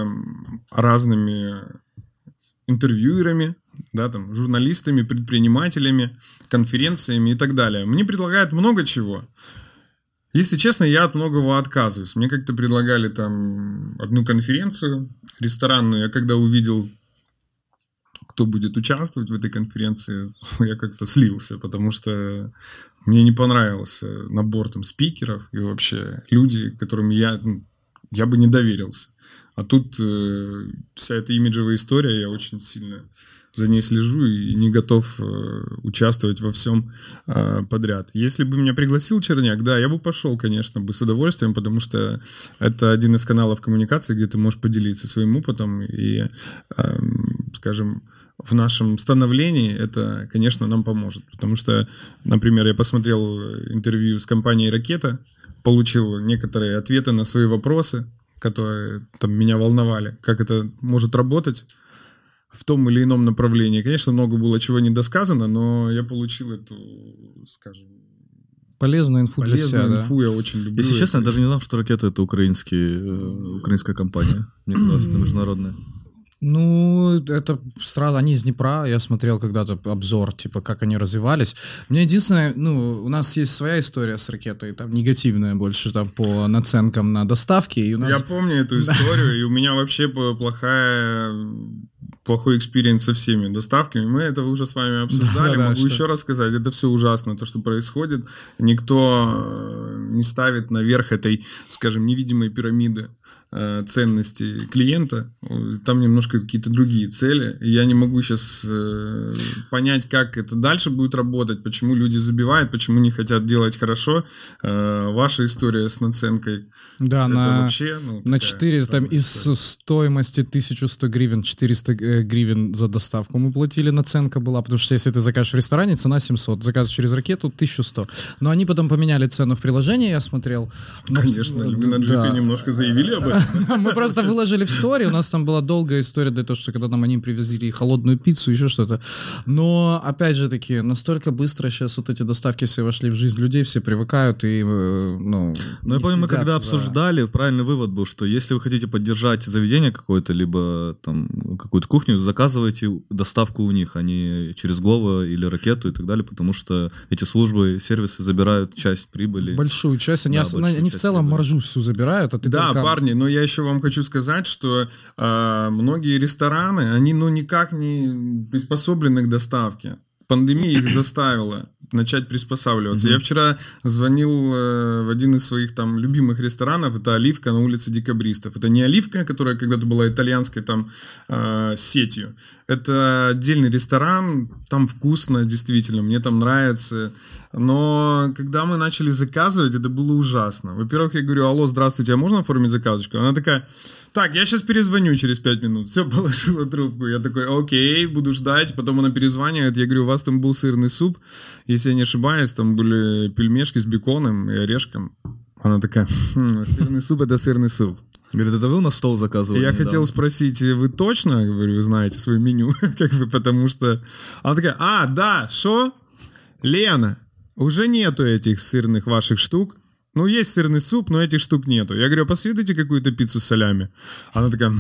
Speaker 2: разными интервьюерами, да, там, журналистами, предпринимателями, конференциями и так далее. Мне предлагают много чего. Если честно, я от многого отказываюсь. Мне как-то предлагали там одну конференцию ресторанную. Я когда увидел, кто будет участвовать в этой конференции, я как-то слился, потому что мне не понравился набор там спикеров и вообще люди, которым я, я бы не доверился. А тут э, вся эта имиджевая история, я очень сильно за ней слежу и не готов э, участвовать во всем э, подряд. Если бы меня пригласил Черняк, да, я бы пошел, конечно, бы с удовольствием, потому что это один из каналов коммуникации, где ты можешь поделиться своим опытом и, э, скажем, в нашем становлении это, конечно, нам поможет. Потому что, например, я посмотрел интервью с компанией «Ракета», получил некоторые ответы на свои вопросы, которые там меня волновали, как это может работать в том или ином направлении. Конечно, много было чего недосказано, но я получил эту, скажем,
Speaker 1: полезную инфу
Speaker 2: полезную
Speaker 1: для себя,
Speaker 2: инфу,
Speaker 1: да?
Speaker 2: я очень люблю.
Speaker 3: Если
Speaker 2: это.
Speaker 3: честно, я даже не знал, что «Ракета» — это украинский, украинская компания. Мне казалось, это международная.
Speaker 1: Ну, это сразу, они из Днепра, я смотрел когда-то обзор, типа, как они развивались. Мне единственное, ну, у нас есть своя история с «Ракетой», там, негативная больше, там, по наценкам на доставки, и у нас...
Speaker 2: Я помню эту историю, и у меня вообще плохая... плохой экспириенс со всеми доставками. Мы это уже с вами обсуждали.
Speaker 1: Да, да,
Speaker 2: Могу
Speaker 1: что...
Speaker 2: еще раз сказать, это все ужасно, то, что происходит. Никто не ставит наверх этой, скажем, невидимой пирамиды ценностей клиента. Там немножко какие-то другие цели. И я не могу сейчас э, понять, как это дальше будет работать, почему люди забивают, почему не хотят делать хорошо. Э, ваша история с наценкой.
Speaker 1: Да,
Speaker 2: это
Speaker 1: на,
Speaker 2: вообще, ну,
Speaker 1: на четыре, там, из
Speaker 2: история.
Speaker 1: стоимости тысяча сто гривен, четыреста гривен за доставку мы платили, наценка была, потому что если ты закажешь в ресторане, цена семьсот, заказ через «Ракету» тысяча сто. Но они потом поменяли цену в приложении, я смотрел. Но...
Speaker 2: Конечно, вы на джипе
Speaker 1: да.
Speaker 2: немножко заявили об этом.
Speaker 1: Мы просто выложили в стори, у нас там была долгая история для того, что когда нам они привезли холодную пиццу, еще что-то. Но, опять же таки, настолько быстро сейчас вот эти доставки все вошли в жизнь людей, все привыкают и, ну...
Speaker 3: Ну, я помню, мы когда за... обсуждали, правильный вывод был, что если вы хотите поддержать заведение какое-то, либо там какую-то кухню, заказывайте доставку у них, а не через Glovo или «Ракету» и так далее, потому что эти службы, сервисы забирают часть прибыли.
Speaker 1: Большую часть. Они,
Speaker 3: да,
Speaker 1: ос...
Speaker 3: большую
Speaker 1: они
Speaker 3: часть
Speaker 1: в целом
Speaker 3: прибыли.
Speaker 1: маржу всю забирают, а ты
Speaker 2: Да,
Speaker 1: только...
Speaker 2: парни, но я еще вам хочу сказать, что э, многие рестораны, они ну никак не приспособлены к доставке. Пандемия их заставила начать приспосабливаться. Mm-hmm. Я вчера звонил э, в один из своих там любимых ресторанов, это «Оливка» на улице Декабристов. Это не «Оливка», которая когда-то была итальянской там э, сетью. Это отдельный ресторан, там вкусно, действительно, мне там нравится. Но когда мы начали заказывать, это было ужасно. Во-первых, я говорю: алло, здравствуйте, а можно оформить заказочку? Она такая: так, я сейчас перезвоню через пять минут. Все, положила трубку. Я такой: окей, буду ждать. Потом она перезванивает. Я говорю: у вас там был сырный суп. Если я не ошибаюсь, там были пельмешки с беконом и орешком. Она такая: хм, сырный суп — это сырный суп.
Speaker 3: Говорит, это вы у нас стол заказывали?
Speaker 2: Я
Speaker 3: недавно?
Speaker 2: хотел спросить, вы точно, говорю, вы знаете свое меню? Как бы, потому что... Она такая: а, да, шо? Лена, уже нету этих сырных ваших штук. Ну, есть сырный суп, но этих штук нету. Я говорю: посоветуйте какую-то пиццу с солями. Она такая...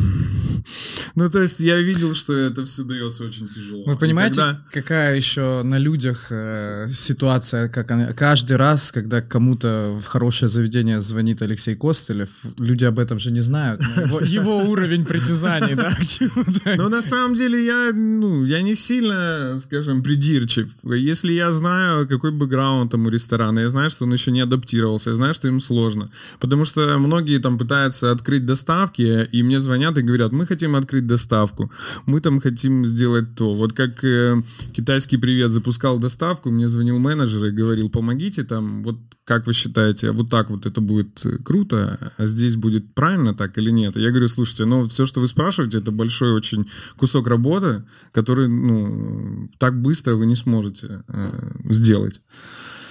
Speaker 2: Ну, то есть я видел, что это все дается очень тяжело.
Speaker 1: Вы понимаете,
Speaker 2: когда...
Speaker 1: какая еще на людях э, ситуация, как она, каждый раз, когда кому-то в хорошее заведение звонит Алексей Костылев, люди об этом же не знают. Его, его уровень притязаний, да, к чему-то.
Speaker 2: Но на самом деле я, ну, я не сильно, скажем, придирчив. Если я знаю, какой бэкграунд там у ресторана, я знаю, что он еще не адаптировался, я знаю, что им сложно. Потому что многие там пытаются открыть доставки, и мне звонят и говорят: мы хотим открыть доставку, мы там хотим сделать то. Вот как э, китайский привет запускал доставку, мне звонил менеджер и говорил: помогите там, вот как вы считаете, вот так вот это будет круто, а здесь будет правильно так или нет? Я говорю: слушайте, ну все, что вы спрашиваете, это большой очень кусок работы, который, ну, так быстро вы не сможете э, сделать.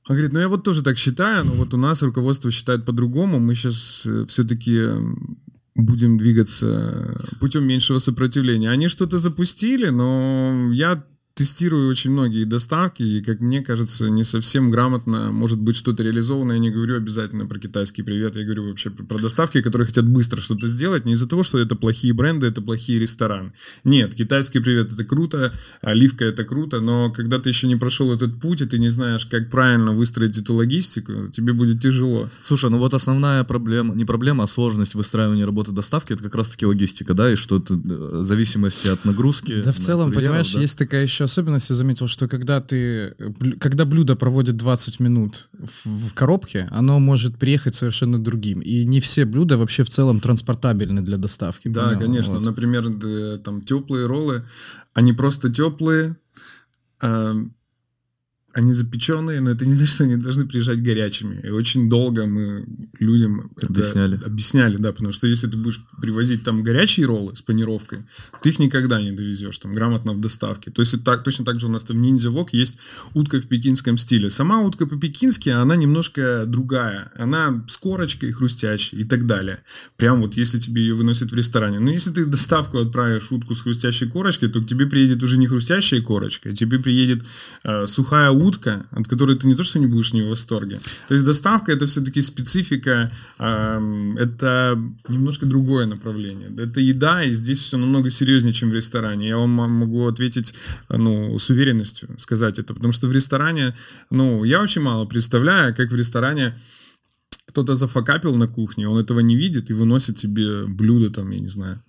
Speaker 2: Он говорит, ну я вот тоже так считаю, но вот у нас руководство считает по-другому, мы сейчас все-таки будем двигаться путем меньшего сопротивления. Они что-то запустили, но я тестирую очень многие доставки, и, как мне кажется, не совсем грамотно может быть что-то реализовано. Я не говорю обязательно про китайский привет, я говорю вообще про доставки, которые хотят быстро что-то сделать, не из-за того, что это плохие бренды, это плохие рестораны. Нет, китайский привет — это круто, оливка — это круто, но когда ты еще не прошел этот путь, и ты не знаешь, как правильно выстроить эту логистику, тебе будет тяжело.
Speaker 3: Слушай, ну вот основная проблема, не проблема, а сложность выстраивания работы доставки — это как раз-таки логистика, да, и что это в зависимости от нагрузки.
Speaker 1: Да в целом, понимаешь, да? Есть такая еще особенность, я заметил, что когда ты, когда блюдо проводит двадцать минут в, в коробке, оно может приехать совершенно другим. И не все блюда вообще в целом транспортабельны для доставки.
Speaker 2: Да, понял? Конечно. Вот. Например, там теплые роллы, они просто теплые, а, они запеченные, но это не значит, что они должны приезжать горячими. И очень долго мы людям
Speaker 3: объясняли.
Speaker 2: Это объясняли, да, потому что если ты будешь привозить там горячие роллы с панировкой, ты их никогда не довезешь там грамотно в доставке. То есть так, точно так же у нас там в Ниндзя Вок есть утка в пекинском стиле. Сама утка по-пекински, она немножко другая. Она с корочкой, хрустящей и так далее. Прям вот если тебе ее выносят в ресторане. Но если ты в доставку отправишь утку с хрустящей корочкой, то к тебе приедет уже не хрустящая корочка, тебе приедет э, сухая утка, утка, от которой ты не то что не будешь не в восторге. То есть доставка — это все-таки специфика, э, это немножко другое направление. Это еда, и здесь все намного серьезнее, чем в ресторане. Я вам могу ответить, ну, с уверенностью сказать это, потому что в ресторане, ну, я очень мало представляю, как в ресторане кто-то зафакапил на кухне, он этого не видит и выносит тебе блюдо там, я не знаю,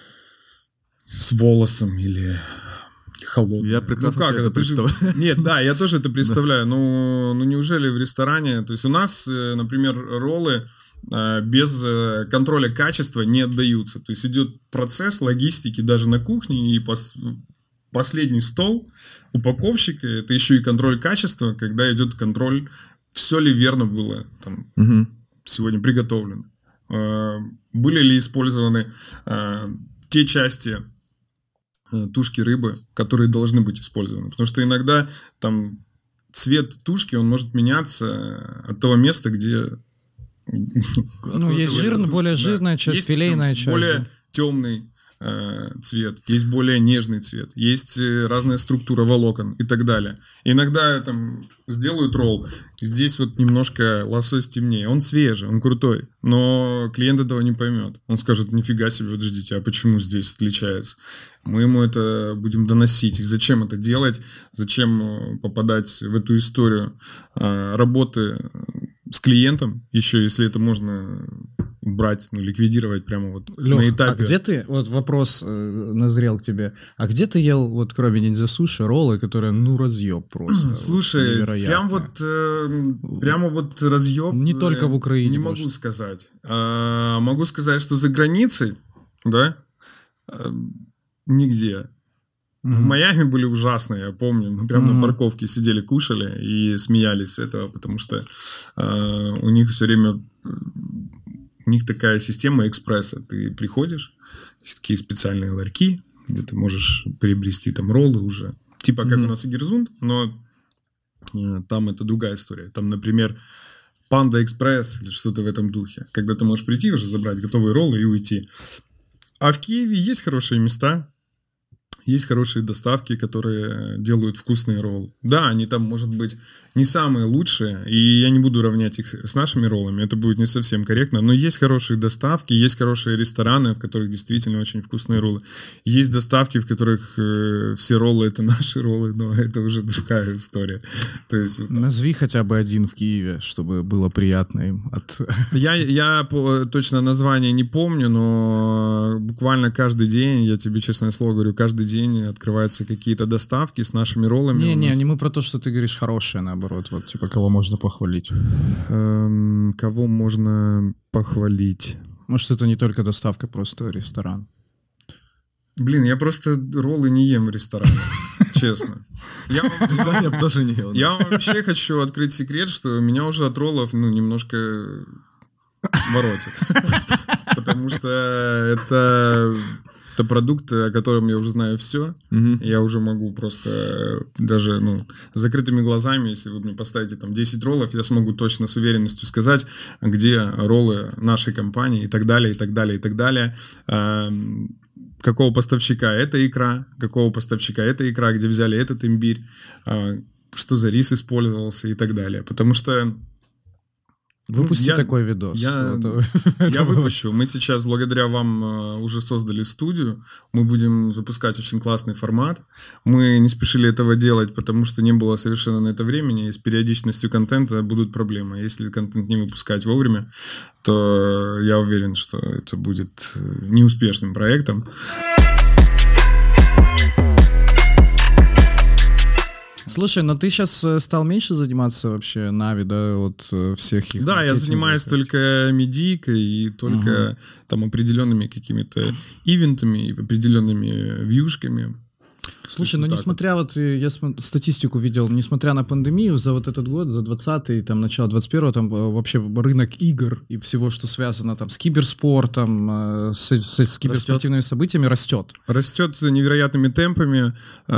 Speaker 2: с волосом или... холодный.
Speaker 3: Я прекрасно
Speaker 2: ну, как
Speaker 3: себе это представляю.
Speaker 2: Же... Нет, да, я тоже это представляю. Но ну, неужели в ресторане... То есть у нас, например, роллы без контроля качества не отдаются. То есть идет процесс логистики даже на кухне, и пос... последний стол упаковщика — это еще и контроль качества, когда идет контроль, все ли верно было там, угу. сегодня приготовлено. Были ли использованы те части тушки рыбы, которые должны быть использованы. Потому что иногда там цвет тушки, он может меняться от того места, где...
Speaker 1: Ну, есть жирная, более да. жирная часть, есть филейная часть.
Speaker 2: Более
Speaker 1: да.
Speaker 2: темный э, цвет, есть более нежный цвет, есть разная структура волокон и так далее. И иногда там сделают ролл, здесь вот немножко лосось темнее. Он свежий, он крутой, но клиент этого не поймет. Он скажет, нифига себе, вот ждите, а почему здесь отличается? Мы ему это будем доносить. И зачем это делать? Зачем попадать в эту историю работы с клиентом, еще если это можно брать, ну, ликвидировать прямо вот
Speaker 1: Лёх,
Speaker 2: на этапе.
Speaker 1: А где ты, вот вопрос э, назрел к тебе, а где ты ел, вот кроме ниндзя суши, роллы, которые, ну, разъеб просто?
Speaker 2: Слушай, вот, прям вот, э, прямо вот разъеб.
Speaker 1: Не только в Украине.
Speaker 2: Не
Speaker 1: может.
Speaker 2: могу сказать. А, могу сказать, что за границей, да, нигде. Mm-hmm. В Майами были ужасные, я помню. Мы прямо mm-hmm. на парковке сидели, кушали и смеялись с этого, потому что э, у них все время... У них такая система экспресса. Ты приходишь, есть такие специальные ларьки, где ты можешь приобрести там роллы уже. Типа как mm-hmm. у нас и Герзунд, но э, там это другая история. Там, например, Панда Экспресс или что-то в этом духе. Когда ты можешь прийти уже, забрать готовые роллы и уйти. А в Киеве есть хорошие места, есть хорошие доставки, которые делают вкусные роллы. Да, они там, может быть, не самые лучшие, и я не буду равнять их с нашими роллами, это будет не совсем корректно, но есть хорошие доставки, есть хорошие рестораны, в которых действительно очень вкусные роллы. Есть доставки, в которых э, все роллы — это наши роллы, но это уже другая история. То есть, вот,
Speaker 1: назови хотя бы один в Киеве, чтобы было приятно им. От...
Speaker 2: Я, я по, точно название не помню, но буквально каждый день, я тебе честное слово говорю, каждый день открываются какие-то доставки с нашими роллами.
Speaker 1: Не-не,
Speaker 2: нас...
Speaker 1: не мы про то, что ты говоришь хорошее, наоборот. Вот, типа, кого можно похвалить.
Speaker 2: Эм, кого можно похвалить?
Speaker 1: Может, это не только доставка, просто ресторан.
Speaker 2: Блин, я просто роллы не ем в ресторане, честно.
Speaker 3: Я тоже не ел.
Speaker 2: Я вообще хочу открыть секрет, что меня уже от роллов, ну, немножко воротит. Потому что это... Это продукт, о котором я уже знаю все.
Speaker 3: Мгм.
Speaker 2: Я уже могу просто э, даже ну, с закрытыми глазами, если вы мне поставите там десять роллов, я смогу точно с уверенностью сказать, где роллы нашей компании и так далее, и так далее, и так далее. Эм, Какого поставщика эта икра, какого поставщика эта икра, где взяли этот имбирь, э, что за рис использовался и так далее. Потому что
Speaker 1: Выпусти
Speaker 2: я-
Speaker 1: такой видос.
Speaker 2: я-
Speaker 1: Вот,
Speaker 2: я
Speaker 1: это
Speaker 2: выпущу. Мы сейчас, благодаря вам, э, уже создали студию. Мы будем запускать очень классный формат. Мы не спешили этого делать, потому что не было совершенно на это времени. И с периодичностью контента будут проблемы. Если контент не выпускать вовремя, то я уверен, что это будет э, неуспешным проектом.
Speaker 1: Слушай, но ты сейчас стал меньше заниматься вообще Нави, да, от э, всех их...
Speaker 2: Да, я
Speaker 1: маркетинговых
Speaker 2: занимаюсь
Speaker 1: этих?
Speaker 2: только медийкой и только
Speaker 1: Мгм.
Speaker 2: там определенными какими-то ивентами, и определенными вьюшками.
Speaker 1: Слушай,
Speaker 2: Вот
Speaker 1: ну
Speaker 2: так вот.
Speaker 1: несмотря вот, э, я см- статистику видел, несмотря на пандемию, за вот этот год, за двадцатый, там, начало двадцать первого, там э, вообще рынок игр и всего, что связано там с киберспортом, э, с, с- с киберспортивными событиями, растет.
Speaker 2: Растет невероятными темпами.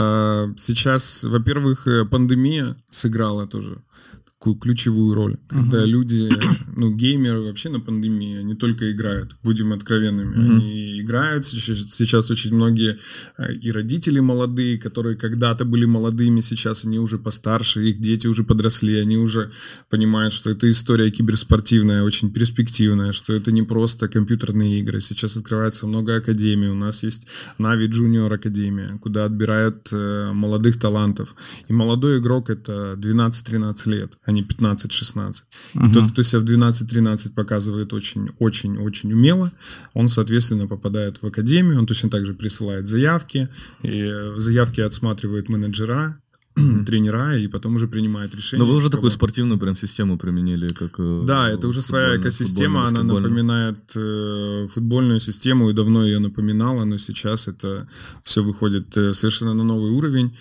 Speaker 2: А, Сейчас, во-первых, э, пандемия сыграла тоже такую ключевую роль. Когда люди, ну, геймеры вообще на пандемии не только играют, будем откровенными,
Speaker 3: Мгм.
Speaker 2: они играют. Сейчас, сейчас очень многие э, и родители молодые, которые когда-то были молодыми, сейчас они уже постарше, их дети уже подросли, они уже понимают, что эта история киберспортивная, очень перспективная, что это не просто компьютерные игры. Сейчас открывается много академий. У нас есть Na'Vi Junior Академия, куда отбирают э, молодых талантов. И молодой игрок — это двенадцать-тринадцать лет, а не пятнадцать-шестнадцать. И тот, кто себя в двенадцать-тринадцать показывает очень-очень-очень умело, он, соответственно, попадает в академию, он точно так же присылает заявки, и заявки отсматривают менеджера, тренера, и потом уже принимает решение.
Speaker 3: Но вы уже
Speaker 2: кого-
Speaker 3: такую спортивную прям систему применили, как... э,
Speaker 2: Да, это уже своя
Speaker 3: футбольную-
Speaker 2: экосистема, она
Speaker 3: футбольную, баскетбольную.
Speaker 2: напоминает э, футбольную систему, и давно ее напоминала, но сейчас это все выходит э, совершенно на новый уровень.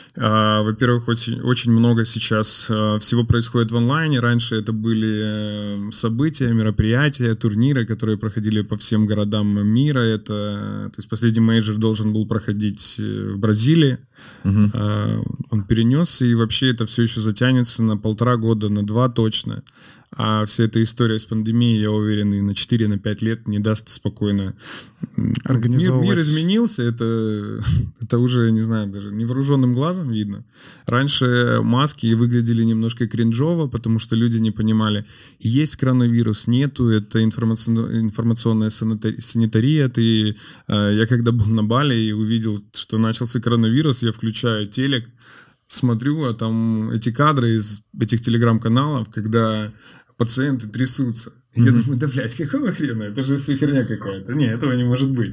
Speaker 2: А, Во-первых, очень, очень много сейчас э, всего происходит в онлайне. Раньше это были э, события, мероприятия, турниры, которые проходили по всем городам мира. Это, то есть последний мейджор должен был проходить э, в Бразилии.
Speaker 3: Мгм.
Speaker 2: А, Он перенесся, и вообще это все еще затянется на полтора года, на два точно. А вся эта история с пандемией, я уверен, и на четыре, на пять лет не даст спокойно. м,
Speaker 1: Организовывать.
Speaker 2: Мир, мир изменился, это, это уже, не знаю, даже невооруженным глазом видно. Раньше маски выглядели немножко кринжово, потому что люди не понимали, есть коронавирус, нету, это информацион- информационная санитария. санитария. Ты, э, я когда был на Бали и увидел, что начался коронавирус, я включаю телек, смотрю, а там эти кадры из этих телеграм-каналов, когда пациенты трясутся. И Я
Speaker 3: Мгм.
Speaker 2: думаю, да, блядь, какого хрена? Это же все херня какая-то. Не, этого не может быть.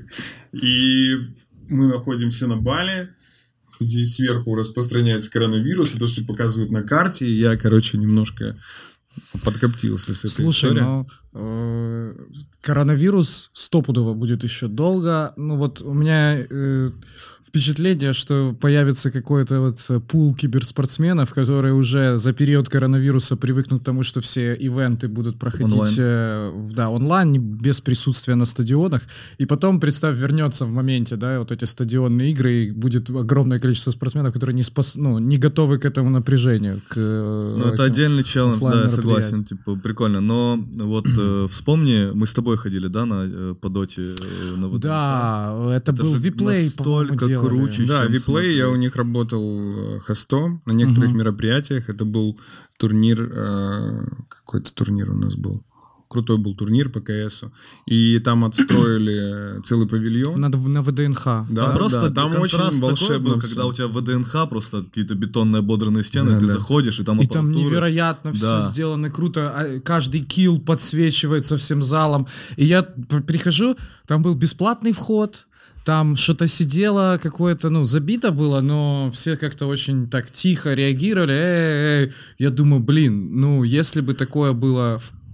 Speaker 2: И мы находимся на Бали, здесь сверху распространяется коронавирус, это все показывают на карте, и я, короче, немножко подкоптился с этой
Speaker 1: Слушай,
Speaker 2: историей.
Speaker 1: ну э, коронавирус стопудово будет еще долго. Ну вот у меня э, впечатление, что появится какой-то вот э, пул киберспортсменов, которые уже за период коронавируса привыкнут к тому, что все ивенты будут проходить
Speaker 3: Онлайн.
Speaker 1: э, в- да, онлайн, не- без присутствия на стадионах. И потом, представь, вернется в моменте, да, вот эти стадионные игры, и будет огромное количество спортсменов, которые не, спас, ну, не готовы к этому напряжению. К, э,
Speaker 3: Ну, это
Speaker 1: этим
Speaker 3: отдельный челлендж, да, я
Speaker 1: оффлайн-мероприятиям.
Speaker 3: согласен, типа, прикольно. Но вот э, вспомни, мы с тобой ходили, да, на, э, по доте э, на ВДНХ?
Speaker 1: Да, это,
Speaker 3: Это
Speaker 1: был
Speaker 3: же
Speaker 1: Виплей, по-моему,
Speaker 3: настолько
Speaker 1: делали.
Speaker 3: круче,
Speaker 2: Да,
Speaker 3: чем
Speaker 2: Виплей, я
Speaker 3: смотреть.
Speaker 2: у них работал э, хостом на некоторых
Speaker 1: Мгм.
Speaker 2: мероприятиях. Это был турнир, э, какой-то турнир у нас был. Крутой был турнир по КСу. И там отстроили целый павильон.
Speaker 1: На, на ВДНХ.
Speaker 2: Да,
Speaker 3: Там просто
Speaker 2: да, там очень
Speaker 3: контраст такой
Speaker 2: волшебно
Speaker 3: был,
Speaker 2: всё.
Speaker 3: когда у тебя ВДНХ, просто какие-то бетонные ободранные стены,
Speaker 2: Да,
Speaker 3: ты
Speaker 2: да.
Speaker 3: заходишь, и там
Speaker 1: И там
Speaker 3: аппаратура.
Speaker 1: невероятно все
Speaker 3: Да.
Speaker 1: сделано круто. а Каждый килл подсвечивается всем залом. И я п- прихожу, там был бесплатный вход. Там что-то сидело какое-то, ну, забито было, но все как-то очень так тихо реагировали. Эй, эй, эй. Я думаю, блин, ну, если бы такое было в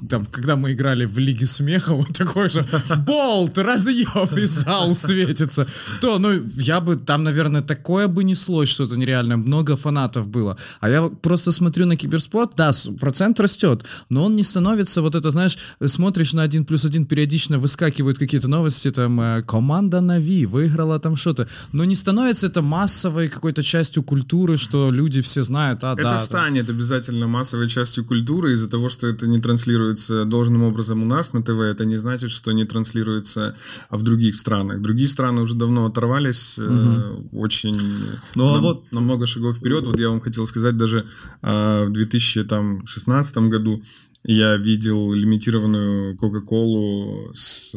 Speaker 1: там, когда мы играли в Лиге Смеха, вот такой же болт, разъеб, и зал светится. То, ну, я бы, там, наверное, такое бы неслось что-то нереальное, много фанатов было. А я просто смотрю на киберспорт, да, процент растет, но он не становится, вот это, знаешь, смотришь на один плюс один, периодично выскакивают какие-то новости, там, команда Нави выиграла там что-то, но не становится это массовой какой-то частью культуры, что люди все знают, а,
Speaker 2: это
Speaker 1: да.
Speaker 2: Это станет там обязательно массовой частью культуры, из-за того, что это не транслируется должным образом у нас на ТВ, это не значит, что не транслируется в других странах. Другие страны уже давно оторвались, угу. э, очень
Speaker 3: ну, а
Speaker 2: нам,
Speaker 3: вот...
Speaker 2: на много шагов вперед. Вот я вам хотел сказать, даже э, в две тысячи шестнадцатом году я видел лимитированную Кока-Колу с,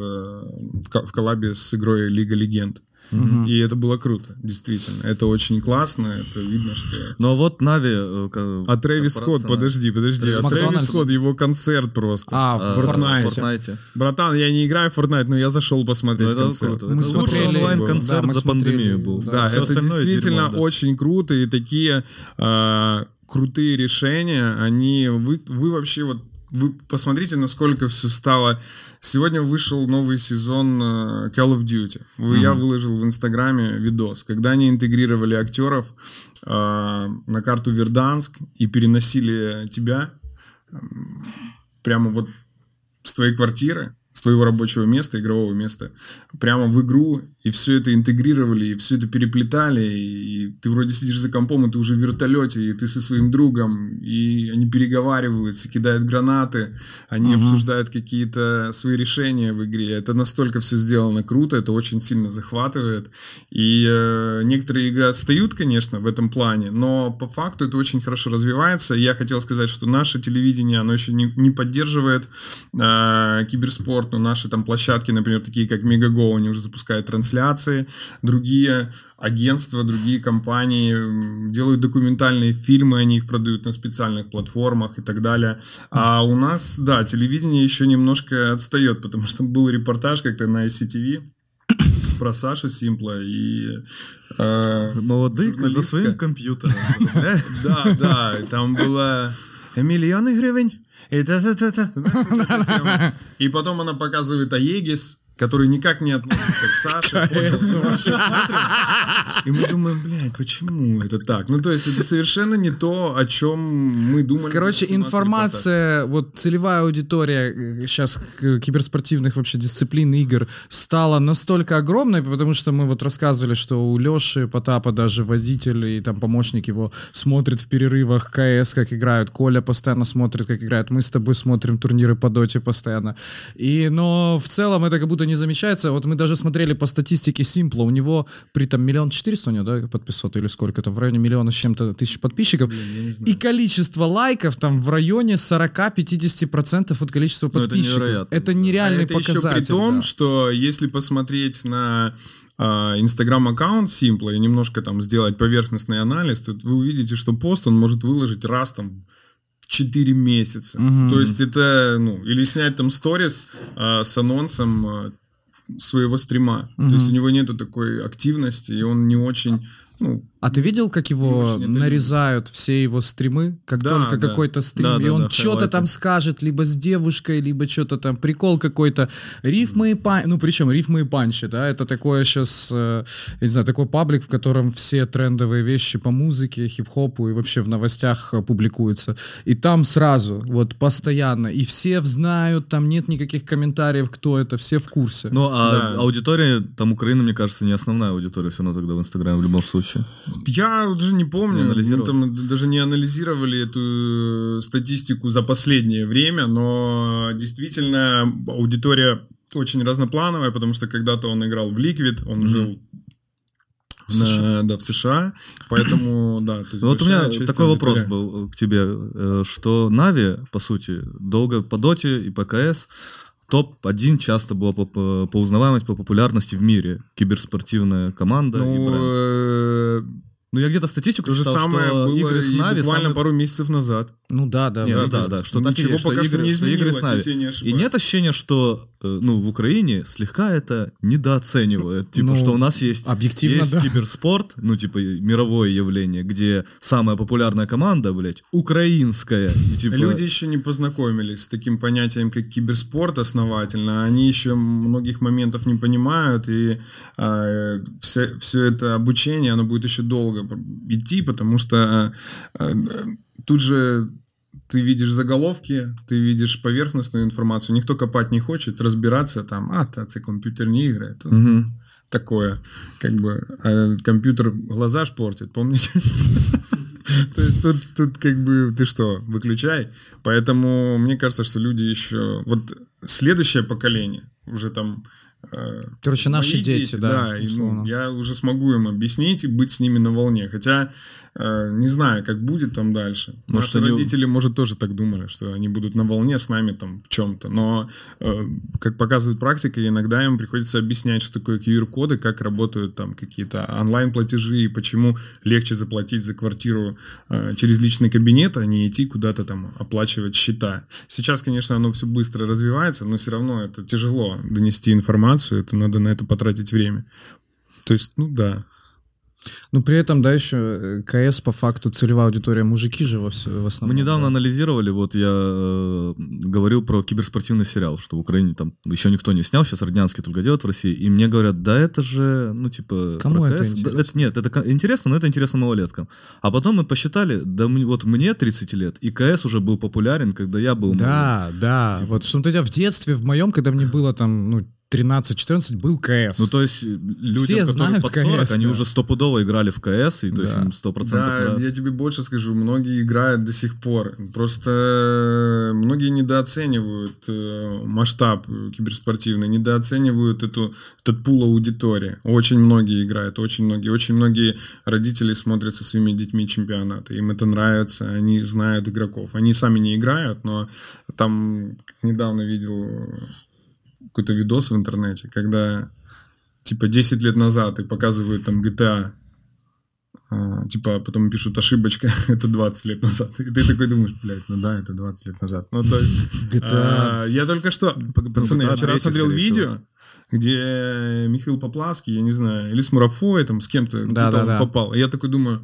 Speaker 2: в коллабе с игрой Лига Легенд. Mm-hmm. И это было круто, действительно. Это очень классно, это видно, что...
Speaker 3: Ну а вот Нави...
Speaker 2: А Трэвис Скотт, подожди, подожди. А Трэвис Скотт, его концерт просто.
Speaker 1: А, в Fortnite.
Speaker 3: Fortnite.
Speaker 2: Братан, я не играю в Fortnite, но я зашел посмотреть
Speaker 3: это
Speaker 2: концерт.
Speaker 3: Круто. Мы это смотрели онлайн-концерт да, за пандемию был.
Speaker 2: Да, да это действительно дерьмо, да. очень круто, и такие э, крутые решения, они... Вы, вы вообще вот... Вы посмотрите, насколько все стало... Сегодня вышел новый сезон Call of Duty. Mm-hmm. Я выложил в Инстаграме видос, когда они интегрировали актеров э, на карту Верданск и переносили тебя э, прямо вот с твоей квартиры, с твоего рабочего места, игрового места, прямо в игру, и все это интегрировали, и все это переплетали, и ты вроде сидишь за компом, и ты уже в вертолете, и ты со своим другом, и они переговариваются, кидают гранаты, они uh-huh. обсуждают какие-то свои решения в игре. Это настолько все сделано круто, это очень сильно захватывает. И э, некоторые игры отстают, конечно, в этом плане, но по факту это очень хорошо развивается. Я хотел сказать, что наше телевидение, оно еще не, не поддерживает э, киберспорт, но наши там площадки, например, такие как Мегаго, они уже запускают трансляции, другие агентства, другие компании делают документальные фильмы, они их продают на специальных платформах и так далее. А у нас, да, телевидение еще немножко отстает, потому что был репортаж как-то на ай си ти ви про Сашу Симпла и... Э,
Speaker 3: Молодых за своим компьютером.
Speaker 2: Да, да, там было миллионы гривен. И, и потом она показывает Аегис, который никак не относится к Саше. И мы думаем, блядь, почему это так? Ну, то есть, это совершенно не то, о чем мы думали.
Speaker 1: Короче, информация, вот целевая аудитория сейчас киберспортивных вообще дисциплин, игр стала настолько огромной, потому что мы вот рассказывали, что у Леши Потапа даже водитель и там помощник его смотрит в перерывах КС, как играют, Коля постоянно смотрит, как играют, мы с тобой смотрим турниры по доте постоянно. И, но в целом это как будто не замечается. Вот мы даже смотрели по статистике Симпла, у него при там миллион четыреста у него, да, подписоты или сколько-то, в районе миллиона с чем-то тысяч подписчиков, и количество лайков там в районе сорок-пятьдесят процентов от количества подписчиков.
Speaker 3: Ну, это,
Speaker 1: это нереальный
Speaker 2: а это
Speaker 1: показатель.
Speaker 2: Это еще при том,
Speaker 1: да.
Speaker 2: что если посмотреть на Инстаграм-аккаунт Симпла и немножко там сделать поверхностный анализ, то вы увидите, что пост он может выложить раз там четыре месяца. Mm-hmm. То есть это, ну, или снять там сторис а, с анонсом а, своего стрима. Mm-hmm. То есть у него нету такой активности, и он не очень... Ну,
Speaker 1: а ты видел, как его нарезают все его стримы, как да, только да. какой-то стрим, да, и да, он да, что-то хайлайты. Там скажет, либо с девушкой, либо что-то там, прикол какой-то, рифмы и панчи, ну причем рифмы и панчи, да, это такое сейчас, я не знаю, такой паблик, в котором все трендовые вещи по музыке, хип-хопу и вообще в новостях публикуются, и там сразу, вот постоянно, и все знают, там нет никаких комментариев, кто это, все в курсе.
Speaker 3: Ну, а да. аудитория, там Украина, мне кажется, не основная аудитория все равно тогда в Инстаграме в любом случае.
Speaker 2: Я уже не помню, не мы там даже не анализировали эту статистику за последнее время, но действительно аудитория очень разноплановая, потому что когда-то он играл в Liquid, он mm-hmm. жил в США. На, да, в США, поэтому, да. То есть
Speaker 3: вот у меня такой вопрос был к тебе, что Нави, по сути, долго по доте и по КС топ один часто была по, по, по узнаваемости, по популярности в мире. Киберспортивная команда
Speaker 2: ну,
Speaker 3: и бренд. Ну, я где-то статистику
Speaker 2: То же
Speaker 3: читал,
Speaker 2: самое
Speaker 3: что
Speaker 2: было
Speaker 3: игры с
Speaker 2: и
Speaker 3: Нави
Speaker 2: буквально
Speaker 3: самые-
Speaker 2: пару месяцев назад.
Speaker 1: Ну да, да.
Speaker 3: Не,
Speaker 1: да,
Speaker 3: ну
Speaker 1: то
Speaker 3: да,
Speaker 1: есть
Speaker 3: да, что так и
Speaker 2: ничего
Speaker 3: есть, что
Speaker 2: пока что
Speaker 3: игры,
Speaker 2: не
Speaker 3: что игры с
Speaker 2: изменилось,
Speaker 3: Нави.
Speaker 2: если я не
Speaker 3: И
Speaker 2: ошибаюсь.
Speaker 3: нет ощущения, что э, ну, в Украине слегка это недооценивают. Типа,
Speaker 1: Ну,
Speaker 3: что у нас есть,
Speaker 1: объективно,
Speaker 3: есть
Speaker 1: да.
Speaker 3: киберспорт, ну, типа, мировое явление, где самая популярная команда, блядь, украинская. И, типа,
Speaker 2: Люди еще не познакомились с таким понятием, как киберспорт основательно. Они еще многих моментов не понимают, и э, все, все это обучение, оно будет еще долго идти, потому что э, тут же ты видишь заголовки, ты видишь поверхностную информацию, никто копать не хочет, разбираться там, а, та, це компьютерные игры, это
Speaker 3: Мгм.
Speaker 2: такое, как бы, а компьютер глаза ж портит, помните? То есть тут, тут как бы ты что, выключай. Поэтому мне кажется, что люди еще... Вот следующее поколение, уже там... э,
Speaker 1: Короче, наши
Speaker 2: мои
Speaker 1: дети, да,
Speaker 2: и, ну,
Speaker 1: условно.
Speaker 2: я уже смогу им объяснить и быть с ними на волне. Хотя э, не знаю, как будет там дальше.
Speaker 3: Может,
Speaker 2: Наши
Speaker 3: они-
Speaker 2: родители, может, тоже так думали, что они будут на волне с нами там в чем-то. Но, э, как показывает практика, иногда им приходится объяснять, что такое ку ар-коды, как работают там какие-то онлайн-платежи, и почему легче заплатить за квартиру э, через личный кабинет, а не идти куда-то там оплачивать счета. Сейчас, конечно, оно все быстро развивается, но все равно это тяжело донести информацию, это надо на это потратить время. То есть, ну да.
Speaker 1: Ну, при этом, да, еще э, КС по факту целевая аудитория мужики же во вс- в
Speaker 3: Мы
Speaker 1: основном.
Speaker 3: недавно
Speaker 1: да.
Speaker 3: анализировали, вот я э, говорил про киберспортивный сериал, что в Украине там еще никто не снял, сейчас Роднянский только делает в России, и мне говорят, да это же, ну типа...
Speaker 1: Кому
Speaker 3: про
Speaker 1: это
Speaker 3: КС. Да,
Speaker 1: интересно?
Speaker 3: это нет, это ко- интересно, но это интересно малолеткам. А потом мы посчитали, да м- вот мне тридцать лет, и КС уже был популярен, когда я был малым.
Speaker 1: Да, да. Вот что у тебя в детстве, в моем, когда мне было там, ну, тринадцать-четырнадцать, был КС.
Speaker 3: Ну, то есть людям,
Speaker 1: Все
Speaker 3: которые
Speaker 1: знают
Speaker 3: под сорок,
Speaker 1: КС,
Speaker 3: они
Speaker 1: да.
Speaker 3: уже стопудово играли в КС, и то есть
Speaker 1: Да.
Speaker 3: им сто процентов
Speaker 2: Да,
Speaker 3: нравится.
Speaker 2: я тебе больше скажу, многие играют до сих пор. Просто многие недооценивают э, масштаб киберспортивный, недооценивают эту, этот пул аудитории. Очень многие играют, очень многие. Очень многие родители смотрят со своими детьми чемпионаты. Им это нравится, они знают игроков. Они сами не играют, но там, как недавно видел какой-то видос в интернете, когда типа десять лет назад и показывают там джи ти эй, а, типа потом пишут ошибочка, это двадцать лет назад. И ты такой думаешь, блядь, ну да, это двадцать лет назад. Ну то есть,
Speaker 1: джи ти эй.
Speaker 2: а, я только что, п- пацаны,
Speaker 3: джи ти эй
Speaker 2: я вчера
Speaker 3: третий,
Speaker 2: смотрел
Speaker 3: скорее
Speaker 2: видео, где Михаил Поплавский, я не знаю, или с Мурафой, там, с кем-то, где-то
Speaker 1: да,
Speaker 2: он
Speaker 1: да.
Speaker 2: попал. И я такой думаю,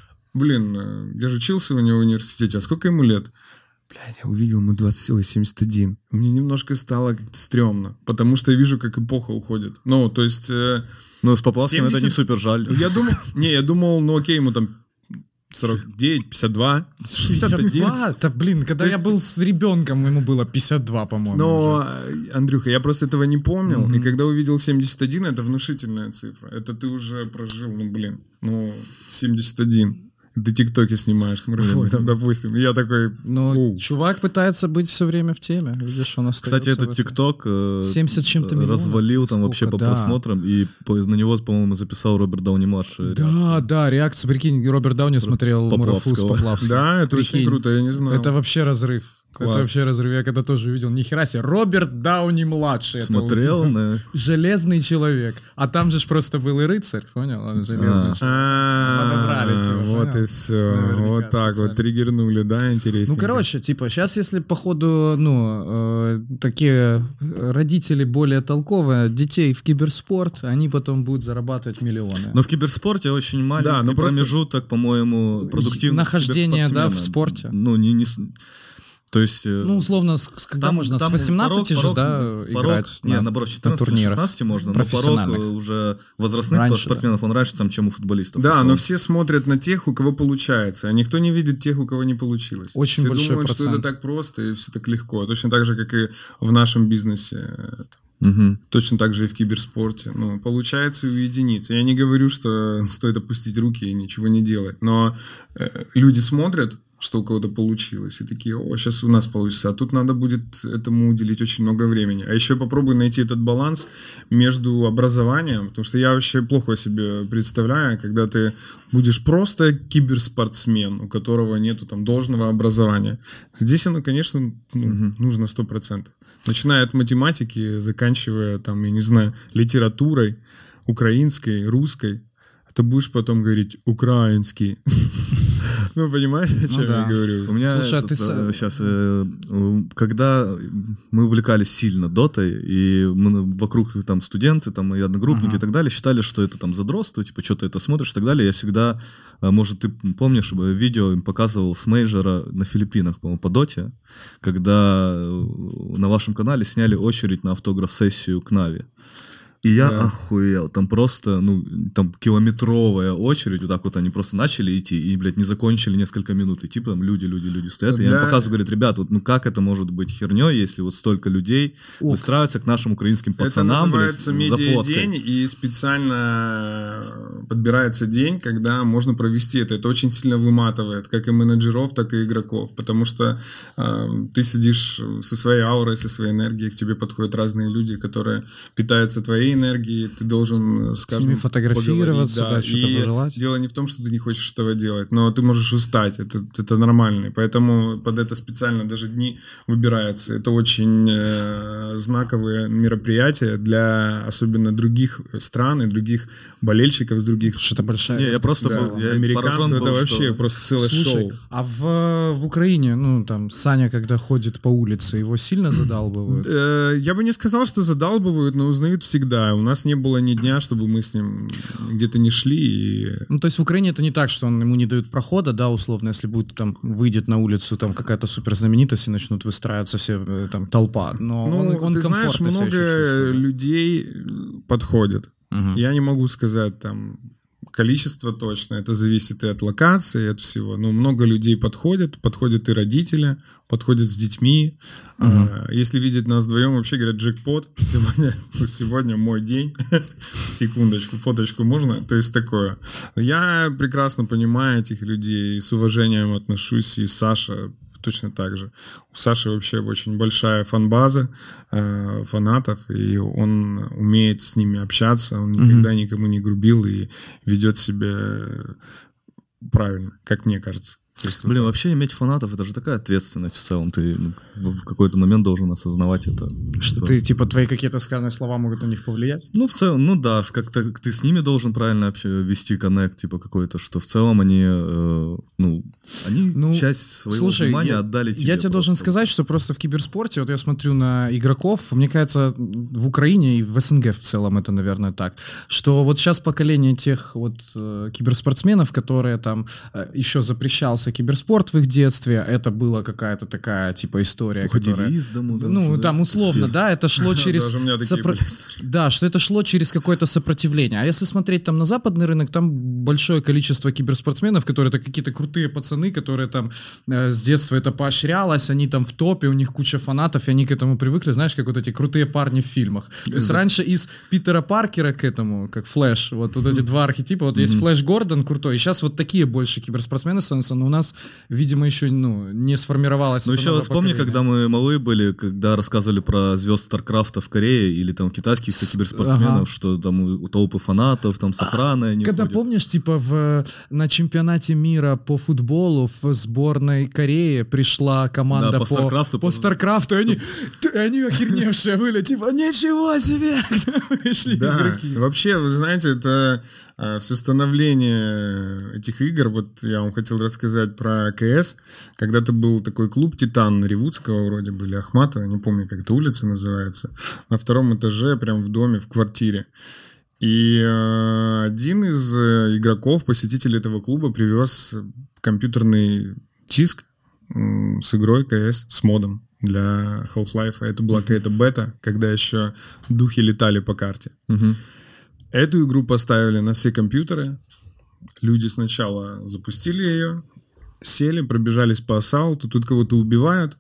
Speaker 2: блин, э, я же учился у него в университете, а сколько ему лет? Блядь, я увидел, ему двадцать, ой, семьдесят один. Мне немножко стало как-то стрёмно, потому что я вижу, как эпоха уходит. Ну, то есть... э,
Speaker 3: Но с Поплавским это не
Speaker 2: семьдесят
Speaker 3: супер жаль.
Speaker 2: я думал... Не, я думал, ну окей, ему там сорок девять, пятьдесят два, шестьдесят один.
Speaker 1: пятьдесят два? Да, блин, когда
Speaker 2: То
Speaker 1: я
Speaker 2: есть-
Speaker 1: был с ребенком, ему было пятьдесят два, по-моему.
Speaker 2: Но,
Speaker 1: уже.
Speaker 2: э, Андрюха, я просто этого не помнил.
Speaker 1: Мгм.
Speaker 2: И когда увидел семьдесят один, это внушительная цифра. Это ты уже прожил, ну, блин, ну, семьдесят один. Ты тиктоки снимаешь с Мурафой, там, допустим. И я такой...
Speaker 1: Но
Speaker 2: оу.
Speaker 1: чувак пытается быть все время в теме. Видишь, он остается
Speaker 3: Кстати,
Speaker 1: в
Speaker 3: этот
Speaker 1: этом.
Speaker 3: ТикТок э,
Speaker 1: семьдесят с чем-то миллионов.
Speaker 3: развалил там
Speaker 1: Сколько?
Speaker 3: вообще по
Speaker 1: Да.
Speaker 3: просмотрам, и по- на него, по-моему, записал Роберт Дауни-младший.
Speaker 1: Да, да, реакция. Прикинь, Роберт Дауни смотрел Мурафу с
Speaker 3: Поплавского.
Speaker 1: Поплавским.
Speaker 2: Да, это очень
Speaker 1: Прикинь.
Speaker 2: круто, я не знал.
Speaker 1: Это вообще разрыв.
Speaker 2: Класс.
Speaker 1: Это вообще разрыв. Я когда тоже увидел, нихера себе, Роберт Дауни младший. это
Speaker 3: Смотрел
Speaker 1: увидел.
Speaker 3: на...
Speaker 1: Железный человек. А там же ж просто был и рыцарь, понял? Он железный
Speaker 3: А.
Speaker 1: человек. Подобрали тебя,
Speaker 2: А, Вот
Speaker 1: понял?
Speaker 2: и все.
Speaker 1: Наверняка
Speaker 2: Вот так вот
Speaker 1: специально.
Speaker 2: триггернули, да, интересно.
Speaker 1: Ну, короче, типа, сейчас, если, походу, ну, э, такие родители более толковые, детей в киберспорт, они потом будут зарабатывать миллионы.
Speaker 3: Но в киберспорте очень маленький
Speaker 2: Да, но просто-
Speaker 3: промежуток, по-моему, продуктивности
Speaker 1: Нахождение, да, в
Speaker 3: киберспортсмена.
Speaker 1: спорте.
Speaker 3: Ну, не... не с- То есть... э,
Speaker 1: Ну, условно, с, с- когда
Speaker 3: там-
Speaker 1: можно?
Speaker 3: там
Speaker 1: с восемнадцати
Speaker 3: порог-
Speaker 1: же, да,
Speaker 3: порог-
Speaker 1: играть
Speaker 3: Не,
Speaker 1: на,
Speaker 3: наоборот, с
Speaker 1: на
Speaker 3: четырнадцати или
Speaker 1: турнирах.
Speaker 3: шестнадцати можно, но порог
Speaker 1: Профессиональных.
Speaker 3: э, уже возрастных
Speaker 1: Раньше,
Speaker 3: спортсменов, он раньше, там, чем у футболистов.
Speaker 2: Да,
Speaker 3: условно.
Speaker 2: но все смотрят на тех, у кого получается, а никто не видит тех, у кого не получилось.
Speaker 1: Очень
Speaker 2: все
Speaker 1: большой
Speaker 2: думают, что
Speaker 1: процент.
Speaker 2: это так просто и все так легко. Точно так же, как и в нашем бизнесе. э,
Speaker 3: Мгм.
Speaker 2: Точно так же и в киберспорте. Ну, получается у единиц. Я не говорю, что стоит опустить руки и ничего не делать. Но э, люди смотрят, что у кого-то получилось, и такие, о, сейчас у нас получится. А тут надо будет этому уделить очень много времени. А еще попробуй найти этот баланс между образованием, потому что я вообще плохо себе представляю, когда ты будешь просто киберспортсмен, у которого нету там должного образования. Здесь оно, конечно, ну,
Speaker 3: Мгм.
Speaker 2: нужно сто процентов. Начиная от математики, заканчивая там, я не знаю, литературой, украинской, русской. то будешь потом говорить «украинский». Ну, понимаешь, о чем я говорю?
Speaker 3: У меня сейчас, когда мы увлекались сильно дотой, и мы вокруг там студенты, там и одногруппники и так далее, считали, что это там задротство, типа, что ты это смотришь и так далее. Я всегда, может, ты помнишь, видео им показывал с мейджора на Филиппинах, по-моему, по доте, когда на вашем канале сняли очередь на автограф-сессию к Нави. И я да. охуел. Там просто, ну, там километровая очередь, вот так вот они просто начали идти, и, блядь, не закончили несколько минут. И типа там люди, люди, люди стоят. Для... И я им показываю, говорят, ребят, вот, ну как это может быть херней, если вот столько людей Ух. выстраиваются к нашим украинским пацанам,
Speaker 2: это называется медиа-день, и специально подбирается день, когда можно провести это. Это очень сильно выматывает, как и менеджеров, так и игроков, потому что э, ты сидишь со своей аурой, со своей энергией, к тебе подходят разные люди, которые питаются твоей энергии, ты должен, скажем,
Speaker 1: с ними фотографироваться, да, да, что-то пожелать.
Speaker 2: Дело не в том, что ты не хочешь этого делать, но ты можешь устать, это, это нормально, поэтому под это специально даже дни выбираются. Это очень э, знаковые мероприятия для особенно других стран и других болельщиков с других стран.
Speaker 1: Что-то большая...
Speaker 3: Не, я просто
Speaker 2: да,
Speaker 3: был, я
Speaker 2: американцы, это
Speaker 3: был,
Speaker 2: вообще
Speaker 3: что...
Speaker 2: просто целое
Speaker 1: Слушай,
Speaker 2: шоу.
Speaker 1: А в, в Украине, ну, там, Саня, когда ходит по улице, его сильно задалбывают?
Speaker 2: Я бы не сказал, что задалбывают, но узнают всегда. У нас не было ни дня, чтобы мы с ним где-то не шли. И...
Speaker 1: Ну, то есть в Украине это не так, что он, ему не дают прохода, да, условно, если будет там, выйдет на улицу там какая-то суперзнаменитость и начнут выстраиваться все, там, толпа. Но
Speaker 2: ну,
Speaker 1: он, он
Speaker 2: ты знаешь, много людей подходят. Угу. Я не могу сказать там количество точно, это зависит и от локации, и от всего. Но много людей подходят, подходят и родители, подходят с детьми. Угу. А, если видеть нас вдвоем, вообще говорят, джекпот, сегодня, сегодня мой день. Секундочку, фоточку можно? То есть такое. Я прекрасно понимаю этих людей, с уважением отношусь, и Саша точно так же. У Саши вообще очень большая фан-база э, фанатов, и он умеет с ними общаться, он никогда mm-hmm. никому не грубил и ведет себя правильно, как мне кажется.
Speaker 3: Есть, Блин, вот вообще иметь фанатов — это же такая ответственность в целом. Ты ну, в какой-то момент должен осознавать это.
Speaker 1: Что, что ты, типа, твои какие-то сказанные слова могут на них повлиять?
Speaker 3: Ну, в целом, ну да, как-то ты с ними должен правильно вообще вести коннект, типа, какой-то, что в целом они, э, ну, они ну, часть своего
Speaker 1: слушай,
Speaker 3: внимания
Speaker 1: я,
Speaker 3: отдали тебе.
Speaker 1: Я тебе
Speaker 3: просто.
Speaker 1: должен сказать, что просто в киберспорте, вот я смотрю на игроков, мне кажется, в Украине и в СНГ в целом это, наверное, так, что вот сейчас поколение тех вот э, киберспортсменов, которые там э, еще запрещался киберспорт в их детстве, это была какая-то такая, типа, история,
Speaker 3: Уходили
Speaker 1: которая...
Speaker 3: из дому. Да,
Speaker 1: ну, там, условно, да, это шло через...
Speaker 2: Даже у меня такие были истории.
Speaker 1: Да, что это шло через какое-то сопротивление. А если смотреть там на западный рынок, там большое количество киберспортсменов, которые это какие-то крутые пацаны, которые там э, с детства это поощрялось, они там в топе, у них куча фанатов, и они к этому привыкли, знаешь, как вот эти крутые парни в фильмах. То есть раньше из Питера Паркера к этому, как Флэш, вот, вот эти два архетипа, вот есть Флэш Гордон крутой, и сейчас вот такие больше киберспортсмены становятся, но у нас, видимо, еще ну, не сформировалось.
Speaker 3: Ну еще вспомни, когда мы малые были, когда рассказывали про звезд Старкрафта в Корее или там китайских С... киберспортсменов, ага. что там толпы фанатов, там с охраной они
Speaker 1: Когда
Speaker 3: ходят.
Speaker 1: Помнишь, типа в, на чемпионате мира по футболу в сборной Кореи пришла команда
Speaker 3: да, по,
Speaker 1: по
Speaker 3: Старкрафту,
Speaker 1: по Старкрафту, и они, они охерневшие были, типа, ничего себе! Пришли
Speaker 2: да,
Speaker 1: игроки.
Speaker 2: Вообще, вы знаете, это все становление этих игр, вот я вам хотел рассказать про КС. Когда-то был такой клуб «Титан» Ревудского вроде бы, или Ахматова, не помню, как эта улица называется, на втором этаже, прям в доме, в квартире. И э, один из игроков, посетителей этого клуба, привез компьютерный диск э, с игрой КС, с модом для Half-Life. Это была какая-то бета, когда еще духи летали по карте.
Speaker 3: Mm-hmm.
Speaker 2: Эту игру поставили на все компьютеры. Люди сначала запустили ее, сели, пробежались по ассалту, тут кого-то убивают.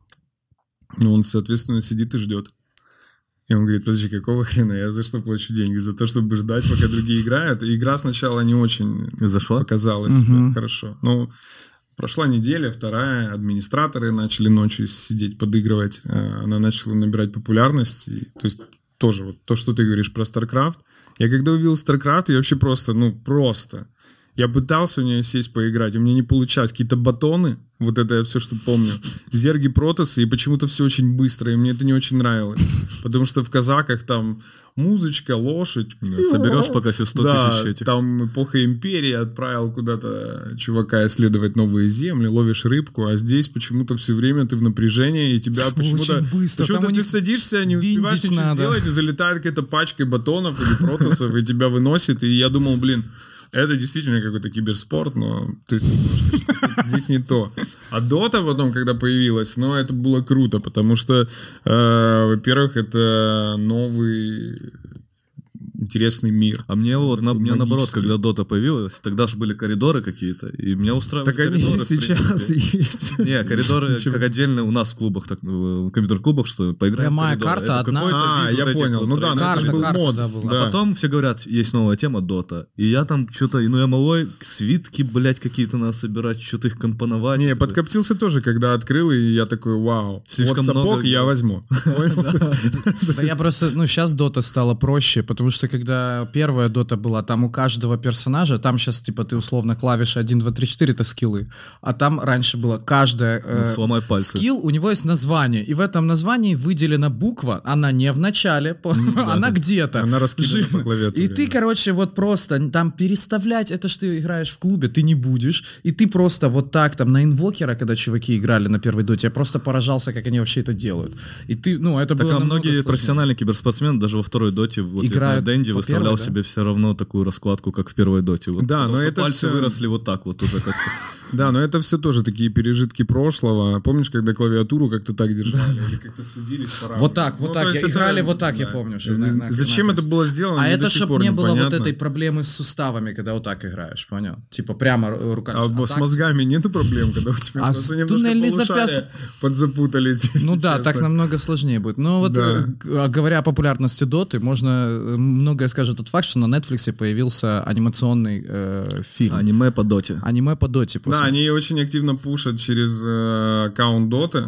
Speaker 2: Но он, соответственно, сидит и ждет. И он говорит, подожди, какого хрена, я за что плачу деньги? За то, чтобы ждать, пока другие играют. И игра сначала не очень
Speaker 3: Зашла?
Speaker 2: показалась
Speaker 1: угу.
Speaker 2: хорошо. Но прошла неделя, вторая, администраторы начали ночью сидеть, подыгрывать. Она начала набирать популярность. И, то есть тоже вот то, что ты говоришь про StarCraft. Я когда увидел StarCraft, я вообще просто, ну просто... Я пытался у нее сесть поиграть, у меня не получалось. Какие-то батоны, вот это я все, что помню. Зерги, протосы, и почему-то все очень быстро, и мне это не очень нравилось. Потому что в казаках там музычка, лошадь.
Speaker 3: Да, соберешь пока все сто
Speaker 2: да,
Speaker 3: тысяч этих.
Speaker 2: Там эпоха империи, отправил куда-то чувака исследовать новые земли, ловишь рыбку, а здесь почему-то все время ты в напряжении, и тебя почему-то...
Speaker 1: Очень быстро.
Speaker 2: Почему-то
Speaker 1: Там у
Speaker 2: ты
Speaker 1: них
Speaker 2: садишься, не успеваешь
Speaker 1: биндить
Speaker 2: ничего
Speaker 1: надо.
Speaker 2: сделать, и залетает какая-то пачка батонов или протосов, и тебя выносит, и я думал, блин, это действительно какой-то киберспорт, но то есть, немножко здесь не то. А Дота потом, когда появилась, ну, это было круто, потому что, э, во-первых, это новый интересный мир.
Speaker 3: А мне вот, на, мне наоборот,
Speaker 2: магический.
Speaker 3: когда Дота появилась, тогда же были коридоры какие-то, и меня устраивали
Speaker 2: Так они
Speaker 3: коридоры, в
Speaker 2: сейчас
Speaker 3: принципе.
Speaker 2: есть.
Speaker 3: Не, коридоры
Speaker 2: Ничего.
Speaker 3: как отдельно у нас в клубах, так, в компьютер-клубах, что поиграем
Speaker 1: Прямая
Speaker 3: в коридоры.
Speaker 1: карта
Speaker 3: Это
Speaker 1: одна.
Speaker 3: какой-то
Speaker 2: А,
Speaker 3: вид
Speaker 2: я
Speaker 3: вот этих
Speaker 2: понял.
Speaker 3: вот
Speaker 2: Ну да, ну это
Speaker 1: Карта,
Speaker 2: же был
Speaker 1: карта,
Speaker 2: мод.
Speaker 1: да, была.
Speaker 2: Да.
Speaker 3: А потом все говорят, есть новая тема Дота. И я там что-то, ну я малой, свитки, блядь, какие-то надо собирать, что-то их компоновать.
Speaker 2: Не,
Speaker 3: Типа,
Speaker 2: подкоптился тоже, когда открыл, и я такой, вау,
Speaker 3: Слишком
Speaker 2: вот сапог
Speaker 3: много-
Speaker 2: я возьму.
Speaker 1: Да я просто, ну, сейчас Дота стала проще, потому что когда первая Дота была, там у каждого персонажа, там сейчас, типа, ты условно клавиши один, два, три, четыре, это скиллы, а там раньше было каждая...
Speaker 3: ну,
Speaker 1: э,
Speaker 3: сломай пальцы.
Speaker 1: Скилл, у него есть название, и в этом названии выделена буква, она не в начале, по- она где-то.
Speaker 2: Она раскидана
Speaker 1: Жив-
Speaker 2: по клавиатуре,
Speaker 1: И ты,
Speaker 2: да.
Speaker 1: короче, вот просто там переставлять, это ж ты играешь в клубе, ты не будешь, и ты просто вот так там на инвокера, когда чуваки играли на первой доте, я просто поражался, как они вообще это делают. И ты, ну, это
Speaker 3: Так
Speaker 1: было
Speaker 3: а
Speaker 1: намного
Speaker 3: многие
Speaker 1: сложнее.
Speaker 3: профессиональные киберспортсмены даже во второй доте, вот я знаю,
Speaker 1: Играют
Speaker 3: Дэнди
Speaker 1: по
Speaker 3: выставлял
Speaker 1: первой, да?
Speaker 3: себе все равно такую раскладку, как в первой доте. Вот
Speaker 2: Да, но
Speaker 3: просто
Speaker 2: это
Speaker 3: пальцы
Speaker 2: всё-
Speaker 3: выросли вот так вот уже как-то.
Speaker 2: Да, но это все тоже такие пережитки прошлого. Помнишь, когда клавиатуру как-то так держали? Или как-то садились по
Speaker 1: Вот так, вот
Speaker 2: Ну,
Speaker 1: так.
Speaker 2: то есть
Speaker 1: Я-
Speaker 2: это-
Speaker 1: играли вот так, я
Speaker 2: да.
Speaker 1: помню. что
Speaker 2: З-
Speaker 1: на- на-
Speaker 2: Зачем
Speaker 1: на-
Speaker 2: это было сделано,
Speaker 1: А
Speaker 2: мне
Speaker 1: это
Speaker 2: до сих
Speaker 1: чтобы
Speaker 2: пор
Speaker 1: не было вот
Speaker 2: непонятно.
Speaker 1: этой проблемы с суставами, когда вот так играешь, понял? Типа прямо ру- руками.
Speaker 2: А,
Speaker 1: А
Speaker 2: с
Speaker 1: так-
Speaker 2: мозгами нету проблем, когда у тебя
Speaker 1: А
Speaker 2: просто
Speaker 1: с
Speaker 2: немножко
Speaker 1: туннельный
Speaker 2: полушария
Speaker 1: запяст-
Speaker 2: подзапутались.
Speaker 1: Ну
Speaker 2: если
Speaker 1: да,
Speaker 2: честно.
Speaker 1: так намного сложнее будет. Но вот,
Speaker 2: Да.
Speaker 1: э, г- говоря о популярности Доты, можно э, многое скажет тот факт, что на Netflix появился анимационный э, фильм.
Speaker 3: Аниме по доте.
Speaker 1: Аниме по Доте.
Speaker 2: Да, они очень активно пушат через э, аккаунт Доты.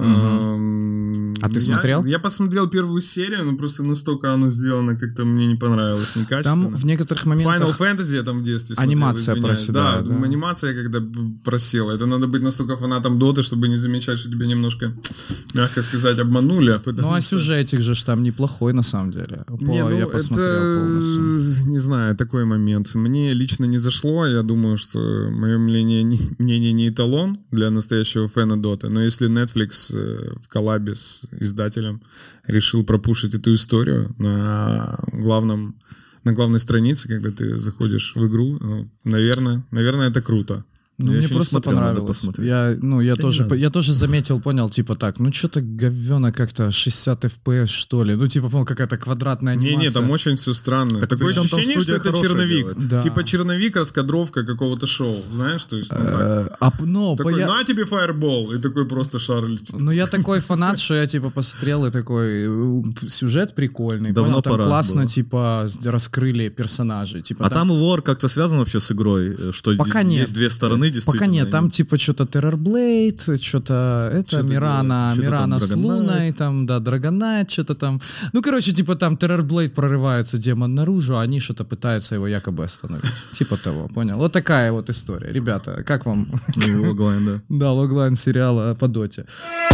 Speaker 2: Эм,
Speaker 1: А ты
Speaker 2: я-
Speaker 1: смотрел?
Speaker 2: Я посмотрел первую серию, но просто настолько оно сделано, как-то мне не понравилось, некачественно.
Speaker 1: Там в некоторых моментах...
Speaker 2: Final Fantasy я там в детстве смотрел,
Speaker 1: Анимация
Speaker 2: извиняюсь.
Speaker 1: проседает,
Speaker 2: Да,
Speaker 1: да.
Speaker 2: анимация когда б- просела. Это надо быть настолько фанатом Доты, чтобы не замечать, что тебя немножко, мягко сказать, обманули. потому
Speaker 1: Ну а
Speaker 2: что-
Speaker 1: сюжетик же ж там неплохой на самом деле. По-
Speaker 2: Не, ну,
Speaker 1: я посмотрел
Speaker 2: это,
Speaker 1: полностью.
Speaker 2: не знаю, такой момент. Мне лично не зашло. Я думаю, что мое мнение не, мнение не эталон для настоящего фэна Доты. Но если Netflix э, в коллабе с издателем решил пропушить эту историю на главном на главной странице, когда ты заходишь в игру, ну, наверное, наверное, это круто.
Speaker 1: Ну,
Speaker 3: Я
Speaker 1: мне
Speaker 3: еще не
Speaker 1: просто
Speaker 3: смотрел, надо
Speaker 1: понравилось.
Speaker 3: посмотреть.
Speaker 1: Я, ну, я,
Speaker 2: Да
Speaker 1: тоже,
Speaker 2: не надо.
Speaker 1: по- я тоже заметил, понял, типа так, ну что-то говёно как-то шестьдесят эф пи эс, что ли. Ну, типа, понял, какая-то квадратная анимация.
Speaker 2: Не-не, там очень все странно.
Speaker 3: Так
Speaker 2: Такое
Speaker 3: причем там
Speaker 2: ощущение, что
Speaker 3: студия
Speaker 2: это
Speaker 3: хорошая
Speaker 2: черновик.
Speaker 3: делает.
Speaker 1: Да.
Speaker 2: Типа черновик, раскадровка какого-то шоу. Знаешь, то есть, ну, так.
Speaker 1: Э, а, п- ну, по-
Speaker 2: Такой,
Speaker 1: я-
Speaker 2: на тебе фаербол, и такой просто шар летит.
Speaker 1: ну, я такой фанат, что я, типа, посмотрел, и такой, э, сюжет прикольный.
Speaker 3: Давно
Speaker 1: понял, там
Speaker 3: пора
Speaker 1: классно,
Speaker 3: было.
Speaker 1: типа, с- раскрыли персонажей. Типа,
Speaker 3: А там лор как-то связан вообще с игрой? Э, Что
Speaker 1: Пока
Speaker 3: есть
Speaker 1: нет.
Speaker 3: две стороны, действительно?
Speaker 1: Пока нет, там
Speaker 3: и-
Speaker 1: типа что-то Terrorblade, что-то это,
Speaker 3: Что-то
Speaker 1: Мирана,
Speaker 3: делает, что-то
Speaker 1: Мирана
Speaker 3: там
Speaker 1: с
Speaker 3: Dragonite.
Speaker 1: Луной, там, да, Драгонайт, что-то там. Ну, короче, типа там Terrorblade прорывается демон наружу, а они что-то пытаются его якобы остановить. Типа того, понял? Вот такая вот история. Ребята, как вам?
Speaker 3: Ну, логлайн, да.
Speaker 1: Да, логлайн сериала по доте.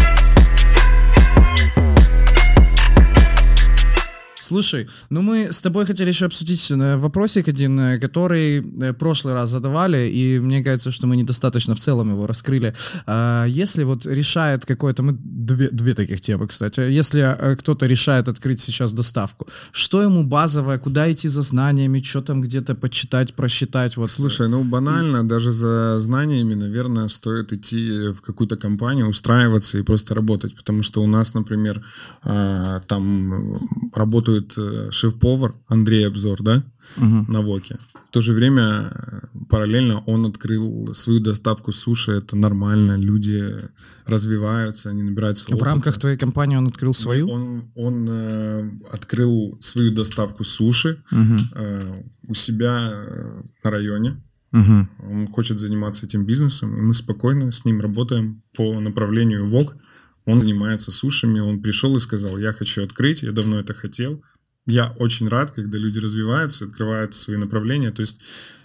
Speaker 1: Слушай, ну мы с тобой хотели еще обсудить э, вопросик один, э, который э, прошлый раз задавали, и мне кажется, что мы недостаточно в целом его раскрыли. А, Если вот решает какое-то... Мы две, две таких темы, кстати. Если э, кто-то решает открыть сейчас доставку, что ему базовое, куда идти за знаниями, что там где-то почитать, просчитать? Вот,
Speaker 2: Слушай, ну банально, даже за знаниями, наверное, стоит идти в какую-то компанию, устраиваться и просто работать. Потому что у нас, например, а, там работает э, шеф-повар Андрей Обзор, да,
Speaker 1: Мгм.
Speaker 2: на Воке. В то же время э, параллельно он открыл свою доставку суши. Это нормально, люди развиваются, они набираются
Speaker 1: В
Speaker 2: опыта.
Speaker 1: рамках твоей компании он открыл свою?
Speaker 2: Он, он э, открыл свою доставку суши
Speaker 1: Мгм.
Speaker 2: э, у себя э, на районе.
Speaker 1: Мгм.
Speaker 2: Он хочет заниматься этим бизнесом, и мы спокойно с ним работаем по направлению ВОК. Он занимается сушами, он пришел и сказал, я хочу открыть, я давно это хотел. Я очень рад, когда люди развиваются, открывают свои направления. То есть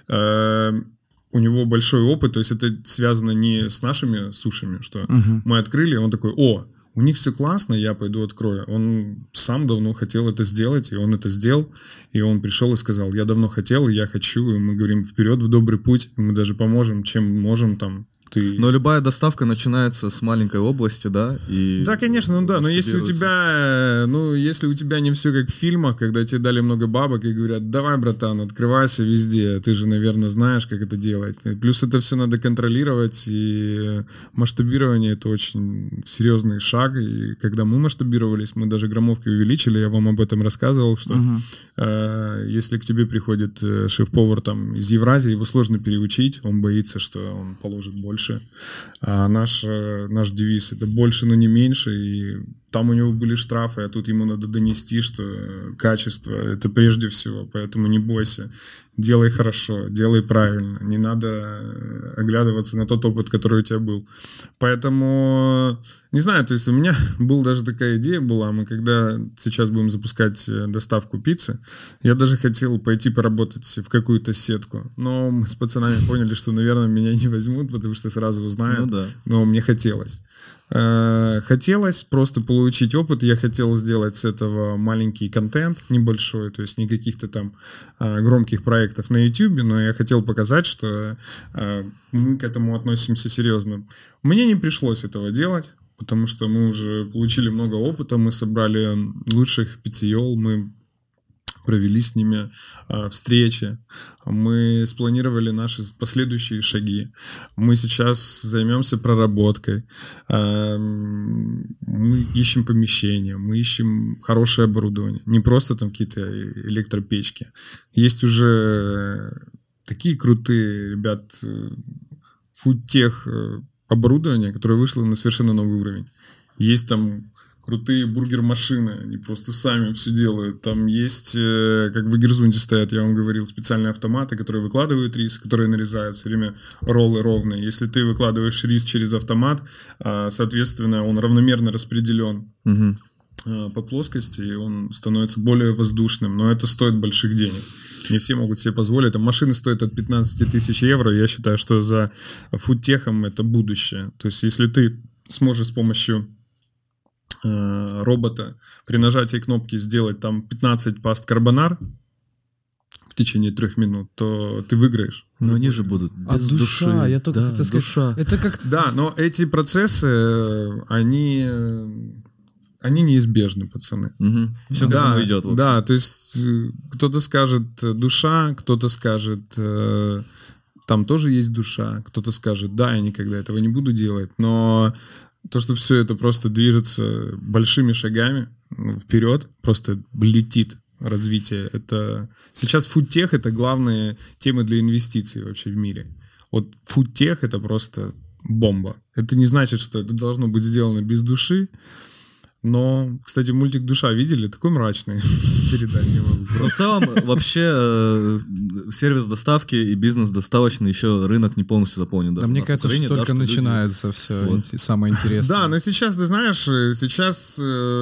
Speaker 2: э, у него большой опыт, то есть это связано не с нашими сушами, что uh-huh. мы открыли, он такой, о, у них все классно, я пойду открою. Он сам давно хотел это сделать, и он это сделал, и он пришел и сказал, я давно хотел, я хочу, и мы говорим, вперед в добрый путь, мы даже поможем, чем можем там. Ты...
Speaker 3: Но любая доставка начинается с маленькой области, да? И
Speaker 2: да, конечно, ну да, но если у тебя, ну, если у тебя не все как в фильмах, когда тебе дали много бабок и говорят, давай, братан, открывайся везде, ты же, наверное, знаешь, как это делать. Плюс это все надо контролировать, и масштабирование — это очень серьезный шаг, и когда мы масштабировались, мы даже граммовки увеличили, я вам об этом рассказывал, что uh-huh. э, если к тебе приходит шеф-повар там из Евразии, его сложно переучить, он боится, что он положит больше. А наш, наш девиз — это больше, но не меньше, и там у него были штрафы, а тут ему надо донести, что качество — это прежде всего, поэтому не бойся, делай хорошо, делай правильно, не надо оглядываться на тот опыт, который у тебя был. Поэтому, не знаю, то есть у меня была даже такая идея была, мы когда сейчас будем запускать доставку пиццы, я даже хотел пойти поработать в какую-то сетку, но мы с пацанами поняли, что, наверное, меня не возьмут, потому что сразу узнают, ну, да. но мне хотелось. Хотелось просто получить опыт, я хотел сделать с этого маленький контент небольшой, то есть не каких-то там громких проектов на YouTube, но я хотел показать, что мы к этому относимся серьезно. Мне не пришлось этого делать, потому что мы уже получили много опыта, мы собрали лучших пиццейол, мы провели с ними э, встречи, мы спланировали наши последующие шаги, мы сейчас займемся проработкой, э, мы ищем помещение, мы ищем хорошее оборудование, не просто там какие-то электропечки. Есть уже такие крутые, ребят, фудтех оборудование, которое вышло на совершенно новый уровень. Есть там крутые бургер-машины, они просто сами все делают. Там есть, как в Игерзунде стоят, я вам говорил, специальные автоматы, которые выкладывают рис, которые нарезают все время роллы ровные. Если ты выкладываешь рис через автомат, соответственно, он равномерно распределен угу. по плоскости, и он становится более воздушным. Но это стоит больших денег. Не все могут себе позволить. Там машины стоят от пятнадцать тысяч евро. Я считаю, что за фудтехом это будущее. То есть, если ты сможешь с помощью робота при нажатии кнопки сделать там пятнадцать паст карбонар в течение трех минут, то ты выиграешь.
Speaker 3: Но они же будут без
Speaker 1: а душа,
Speaker 3: души.
Speaker 1: Я только
Speaker 3: да,
Speaker 1: хотел сказать,
Speaker 3: душа.
Speaker 1: Это как...
Speaker 2: Да, но эти процессы, они, они неизбежны, пацаны.
Speaker 3: Угу. Все
Speaker 2: да,
Speaker 3: к этому идет. Вообще.
Speaker 2: Да, то есть кто-то скажет душа, кто-то скажет там тоже есть душа, кто-то скажет да, я никогда этого не буду делать, но то, что все это просто движется большими шагами вперед, просто летит развитие. Это сейчас фудтех — это главная тема для инвестиций вообще в мире. Вот фудтех — это просто бомба. Это не значит, что это должно быть сделано без души. Но, кстати, мультик «Душа» видели? Такой мрачный. Передать не могу.
Speaker 3: Но в целом, вообще, сервис доставки и бизнес доставочный еще рынок не полностью заполнен.
Speaker 1: Да, мне кажется, что только начинается все самое интересное.
Speaker 2: Да, но сейчас, ты знаешь, сейчас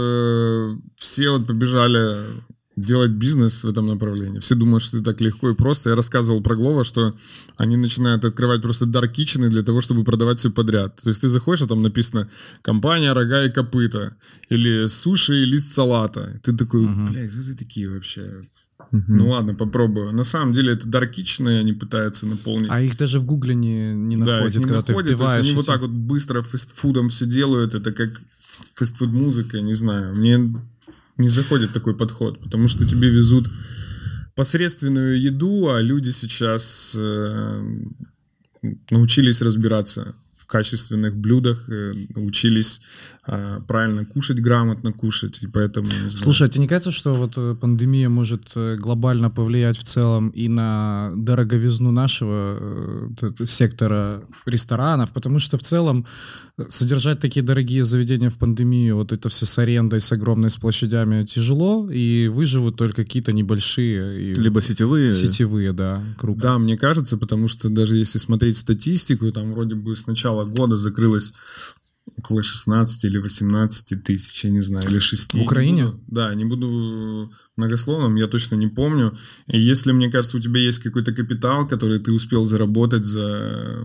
Speaker 2: все вот побежали делать бизнес в этом направлении. Все думают, что это так легко и просто. Я рассказывал про Глова, что они начинают открывать просто дарк-китчены для того, чтобы продавать все подряд. То есть ты заходишь, а там написано «Компания рога и копыта» или «Суши и лист салата». Ты такой, uh-huh. блядь, кто ты такие вообще? Uh-huh. Ну ладно, попробую. На самом деле это дарк-китчены, они пытаются наполнить.
Speaker 1: А их даже в Гугле не, не находят,
Speaker 2: да, их не
Speaker 1: когда
Speaker 2: находят,
Speaker 1: ты вбиваешь.
Speaker 2: Они
Speaker 1: эти...
Speaker 2: вот так вот быстро фастфудом все делают. Это как фастфуд-музыка, не знаю. Мне... не заходит такой подход, потому что тебе везут посредственную еду, а люди сейчас э, научились разбираться в качественных блюдах, э, научились э, правильно кушать, грамотно кушать, и поэтому... Не знаю.
Speaker 1: Слушай, а тебе не кажется, что вот пандемия может глобально повлиять в целом и на дороговизну нашего э, сектора ресторанов? Потому что в целом содержать такие дорогие заведения в пандемию, вот это все с арендой, с огромной с площадями тяжело, и выживут только какие-то небольшие. И...
Speaker 3: Либо сетевые.
Speaker 1: Сетевые, да, крупные.
Speaker 2: Да, мне кажется, потому что даже если смотреть статистику, там вроде бы с начала года закрылось около шестнадцать или восемнадцать тысяч, я не знаю, или шесть.
Speaker 1: В Украине?
Speaker 2: Не буду, да, не буду многословным, я точно не помню. И если, мне кажется, у тебя есть какой-то капитал, который ты успел заработать за,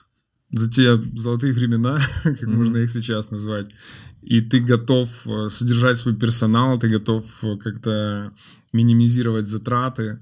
Speaker 2: за те золотые времена, как mm-hmm. можно их сейчас назвать, и ты готов содержать свой персонал, ты готов как-то минимизировать затраты,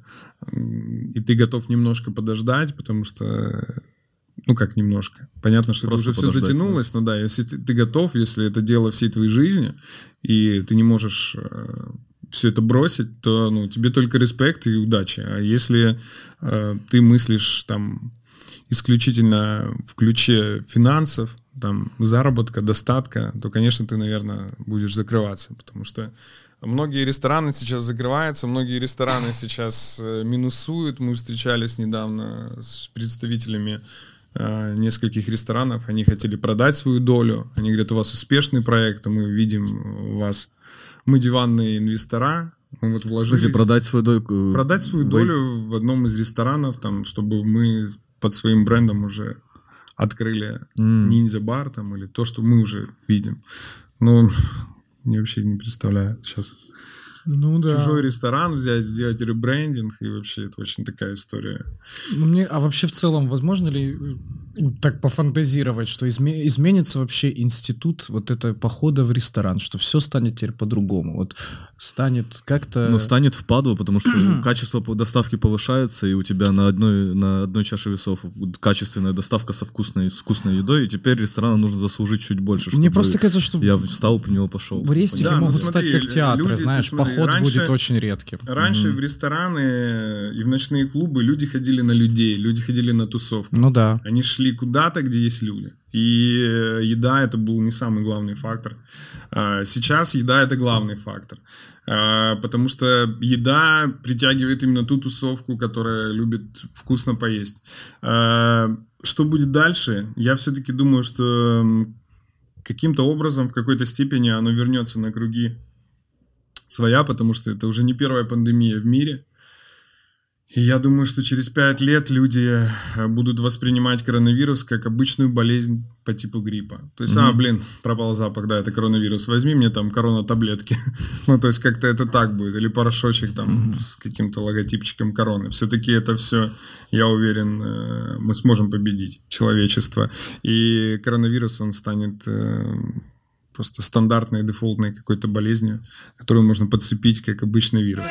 Speaker 2: и ты готов немножко подождать, потому что... Ну, как немножко. Понятно, что просто это уже все затянулось, да. Но да, если ты, ты готов, если это дело всей твоей жизни, и ты не можешь э, все это бросить, то ну, тебе только респект и удачи. А если э, ты мыслишь там исключительно в ключе финансов, там, заработка, достатка, то, конечно, ты, наверное, будешь закрываться, потому что многие рестораны сейчас закрываются, многие рестораны сейчас э, минусуют. Мы встречались недавно с представителями нескольких ресторанов, они хотели продать свою долю, они говорят, у вас успешный проект, а мы видим у вас, мы диванные инвестора, мы вот вложились... В смысле,
Speaker 3: продать свою долю?
Speaker 2: Продать свою долю в одном из ресторанов, там, чтобы мы под своим брендом уже открыли mm. ниндзя-бар там, или то, что мы уже видим. Но я вообще не представляю сейчас.
Speaker 1: Ну, да.
Speaker 2: Чужой ресторан взять, сделать ребрендинг, и вообще это очень такая история.
Speaker 1: Мне, а вообще в целом, возможно ли так пофантазировать, что изме, изменится вообще институт вот этого похода в ресторан, что все станет теперь по-другому? Вот станет как-то...
Speaker 3: Ну, станет впадло, потому что качество доставки повышается, и у тебя на одной, на одной чаше весов качественная доставка со вкусной, с вкусной едой, и теперь ресторану нужно заслужить чуть больше, чтобы
Speaker 1: Мне просто кажется, что
Speaker 3: я встал, по него пошел.
Speaker 1: В рестике да, могут ну, смотри, стать как театры, люди, знаешь, смотри, поход раньше, будет очень редким.
Speaker 2: Раньше mm-hmm. в рестораны и в ночные клубы люди ходили на людей, люди ходили на тусовку.
Speaker 1: Ну да.
Speaker 2: Они шли куда-то, где есть люди. И еда это был не самый главный фактор. Сейчас еда это главный фактор. Потому что еда притягивает именно ту тусовку, которая любит вкусно поесть. Что будет дальше? Я все-таки думаю, что каким-то образом, в какой-то степени оно вернется на круги своя, потому что это уже не первая пандемия в мире. И я думаю, что через пять лет люди будут воспринимать коронавирус как обычную болезнь по типу гриппа. То есть, mm-hmm. а, блин, пропал запах, да, это коронавирус, возьми мне там корона-таблетки. Ну, то есть, как-то это так будет. Или порошочек там mm-hmm. с каким-то логотипчиком короны. Все-таки это все, я уверен, мы сможем победить человечество. И коронавирус, он станет... просто стандартной, дефолтной какой-то болезнью, которую можно подцепить, как обычный вирус.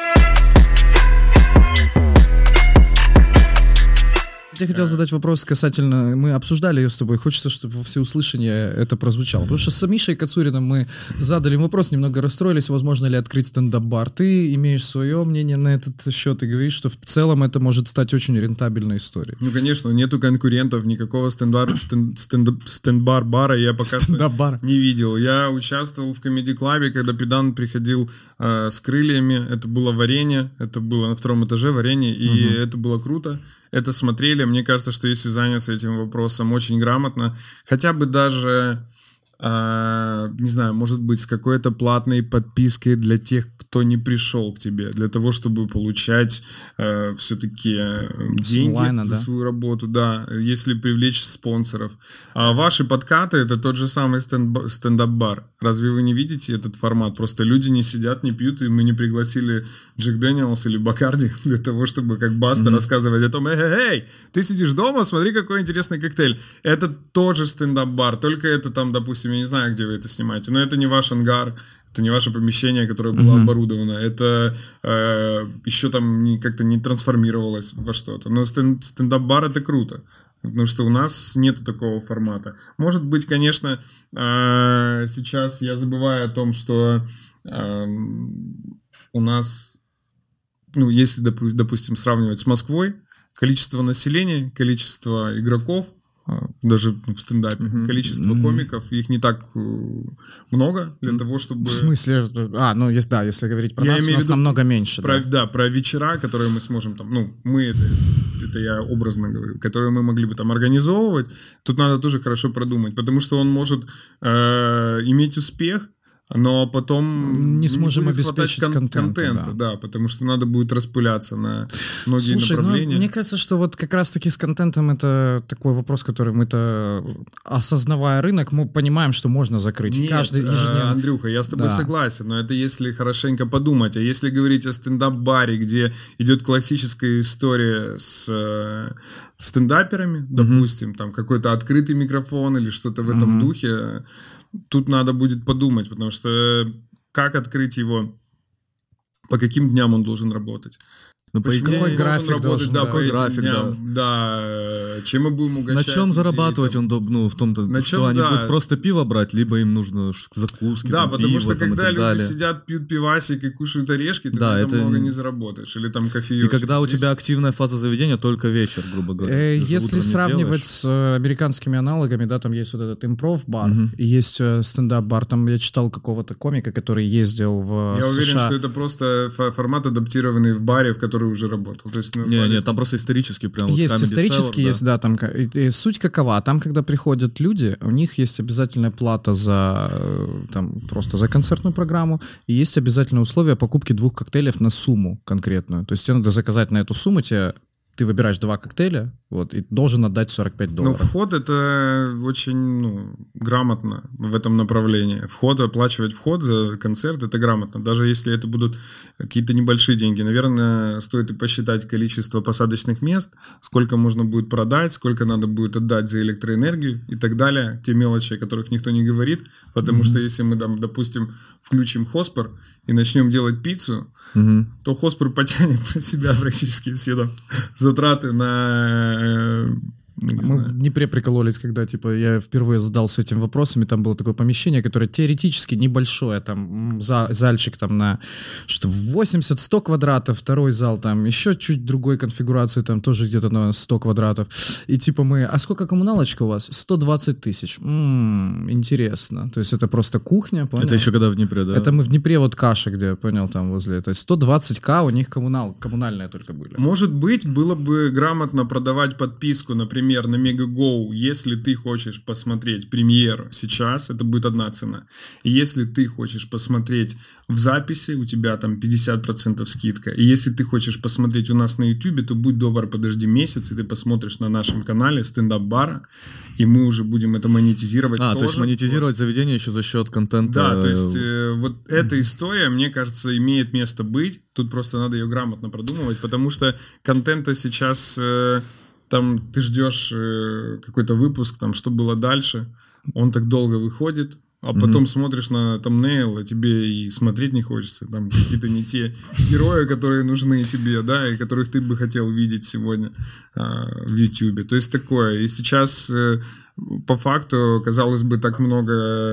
Speaker 1: Я хотел задать вопрос касательно... Мы обсуждали ее с тобой. Хочется, чтобы во всеуслышание это прозвучало. Потому что с Мишей Кацуриным мы задали вопрос, немного расстроились, возможно ли открыть стендап-бар. Ты имеешь свое мнение на этот счет и говоришь, что в целом это может стать очень рентабельной историей.
Speaker 2: Ну, конечно, нету конкурентов, никакого стендап, стенд, стенд, стендап-бара я пока
Speaker 1: стендап-бар.
Speaker 2: не видел. Я участвовал в комеди-клабе, когда Педан приходил э, с крыльями. Это было варенье, это было на втором этаже варенье, и угу. это было круто. Это смотрели. Мне кажется, что если заняться этим вопросом очень грамотно, хотя бы даже, э, не знаю, может быть, с какой-то платной подпиской для тех, кто не пришел к тебе, для того, чтобы получать э, все-таки деньги онлайна, за да? свою работу, да, если привлечь спонсоров. А ваши подкаты — это тот же самый стенд- стендап-бар. Разве вы не видите этот формат? Просто люди не сидят, не пьют, и мы не пригласили Джек Дэниелс или Бакарди для того, чтобы как Баста mm-hmm. рассказывать о том, эй-эй-эй, ты сидишь дома, смотри, какой интересный коктейль. Это тот же стендап-бар, только это там, допустим, я не знаю, где вы это снимаете, но это не ваш ангар, это не ваше помещение, которое было mm-hmm. оборудовано, это э, еще там не, как-то не трансформировалось во что-то. Но стенд- стендап-бар — это круто. Потому что у нас нету такого формата. Может быть, конечно, э, сейчас я забываю о том, что э, у нас, ну, если, допустим, сравнивать с Москвой, количество населения, количество игроков, даже в стендапе, mm-hmm. количество mm-hmm. комиков, их не так много для mm-hmm. того, чтобы...
Speaker 1: В смысле? А, ну, если, да, если говорить про я нас, у нас виду, намного меньше.
Speaker 2: Про,
Speaker 1: да.
Speaker 2: да, про вечера, которые мы сможем там, ну, мы, это, это я образно говорю, которые мы могли бы там организовывать, тут надо тоже хорошо продумать, потому что он может э, иметь успех, но потом
Speaker 1: не сможем
Speaker 2: будет
Speaker 1: обеспечить
Speaker 2: кон-
Speaker 1: контента,
Speaker 2: контента,
Speaker 1: да.
Speaker 2: да, потому что надо будет распыляться на многие
Speaker 1: Слушай,
Speaker 2: направления.
Speaker 1: Ну, мне кажется, что вот как раз-таки с контентом это такой вопрос, который мы-то, осознавая рынок, мы понимаем, что можно закрыть.
Speaker 2: Нет,
Speaker 1: Каждый ежедневно...
Speaker 2: Андрюха, я с тобой
Speaker 1: Да.
Speaker 2: согласен, но это если хорошенько подумать. А если говорить о стендап-баре, где идет классическая история с э, стендаперами, допустим, там какой-то открытый микрофон или что-то в этом
Speaker 1: Мгм.
Speaker 2: духе, тут надо будет подумать, потому что как открыть его, по каким дням он должен работать.
Speaker 3: Ну, по
Speaker 2: Почему
Speaker 3: идее,
Speaker 1: Какой
Speaker 2: он
Speaker 1: график
Speaker 2: должен работать,
Speaker 1: должен,
Speaker 2: да,
Speaker 1: да.
Speaker 2: по
Speaker 3: Какой
Speaker 2: этим
Speaker 3: график,
Speaker 2: дням, да. Чем мы будем угощать
Speaker 3: на чем
Speaker 2: людей,
Speaker 3: зарабатывать
Speaker 2: там.
Speaker 3: он, доб- ну, в том-то,
Speaker 2: На
Speaker 3: что
Speaker 2: чем,
Speaker 3: они
Speaker 2: да.
Speaker 3: будут просто пиво брать, либо им нужно ш- закуски,
Speaker 2: Да,
Speaker 3: там,
Speaker 2: потому
Speaker 3: пиво,
Speaker 2: что
Speaker 3: там, и
Speaker 2: когда
Speaker 3: так
Speaker 2: люди
Speaker 3: далее.
Speaker 2: сидят, пьют пивасик и кушают орешки, ты
Speaker 3: Да,
Speaker 2: на этом
Speaker 3: это
Speaker 2: много
Speaker 3: не-
Speaker 2: не заработаешь. Или там
Speaker 3: И
Speaker 2: кофеечек.
Speaker 3: когда у
Speaker 2: Здесь-
Speaker 3: тебя активная фаза заведения, только вечер, грубо говоря.
Speaker 1: Э,
Speaker 3: Ты же
Speaker 1: Если
Speaker 3: утром не
Speaker 1: сравнивать
Speaker 3: сделаешь.
Speaker 1: с э, американскими аналогами, да, там есть вот этот импров-бар,
Speaker 3: Мгм.
Speaker 1: и есть э, стендап-бар. Там я читал какого-то комика, который ездил в
Speaker 2: Я
Speaker 1: США.
Speaker 2: уверен, что это просто фо- формат, адаптированный в баре, в который уже работал. То есть, ну,
Speaker 3: Не,
Speaker 2: баре-
Speaker 3: не, там просто исторически прям вот
Speaker 1: Есть
Speaker 3: Comedy
Speaker 1: исторически,
Speaker 3: Cellar,
Speaker 1: есть, да, там ка- и- и суть какова. Там, когда приходят люди, у них есть обязательная плата за э, там просто за концертную программу, и есть обязательное условие покупки двух коктейлей на сумму конкретную. То есть тебе надо заказать на эту сумму, тебе ты выбираешь два коктейля, вот, и должен отдать сорок пять
Speaker 2: Но
Speaker 1: долларов.
Speaker 2: вход это очень ну, грамотно в этом направлении. Вход, оплачивать вход за концерт, это грамотно. Даже если это будут какие-то небольшие деньги. Наверное, стоит и посчитать количество посадочных мест, сколько можно будет продать, сколько надо будет отдать за электроэнергию и так далее. Те мелочи, о которых никто не говорит. Потому
Speaker 1: Мгм.
Speaker 2: что если мы, там, допустим, включим Хоспер и начнем делать пиццу,
Speaker 3: Мгм.
Speaker 2: то Хоспер потянет на себя практически все там затраты на... э, ну, не
Speaker 1: Мы
Speaker 2: знаю.
Speaker 1: в Днепре прикололись, когда типа я впервые задался этим вопросами, там было такое помещение, которое теоретически небольшое, там м, за, зальчик там на что восемьдесят-сто квадратов, второй зал там еще чуть другой конфигурации, там тоже где-то на сто квадратов. И типа мы, а сколько коммуналочка у вас? сто двадцать тысяч. М-м, интересно. То есть это просто кухня, понял?
Speaker 3: Это еще когда в Днепре, да?
Speaker 1: Это мы в Днепре, вот Каша, где, понял, там возле, то есть сто двадцать тысяч у них коммунал, коммунальные только были.
Speaker 2: Может быть, было бы грамотно продавать подписку, например, на Мегаго, если ты хочешь посмотреть премьеру сейчас, это будет одна цена. И если ты хочешь посмотреть в записи, у тебя там пятьдесят процентов скидка. И если ты хочешь посмотреть у нас на Ютубе, то будь добр, подожди месяц, и ты посмотришь на нашем канале стендап-бара, и мы уже будем это монетизировать
Speaker 3: А,
Speaker 2: тоже.
Speaker 3: то есть монетизировать заведение еще за счет контента.
Speaker 2: Да, то есть э, вот эта история, мне кажется, имеет место быть. Тут просто надо ее грамотно продумывать, потому что контента сейчас э, там ты ждешь э, какой-то выпуск, там что было дальше, он так долго выходит, а потом
Speaker 3: Мгм.
Speaker 2: смотришь на thumbnail, а тебе и смотреть не хочется, там какие-то не те герои, которые нужны тебе, да, и которых ты бы хотел видеть сегодня а, в Ютубе. То есть такое. И сейчас э, по факту, казалось бы, так много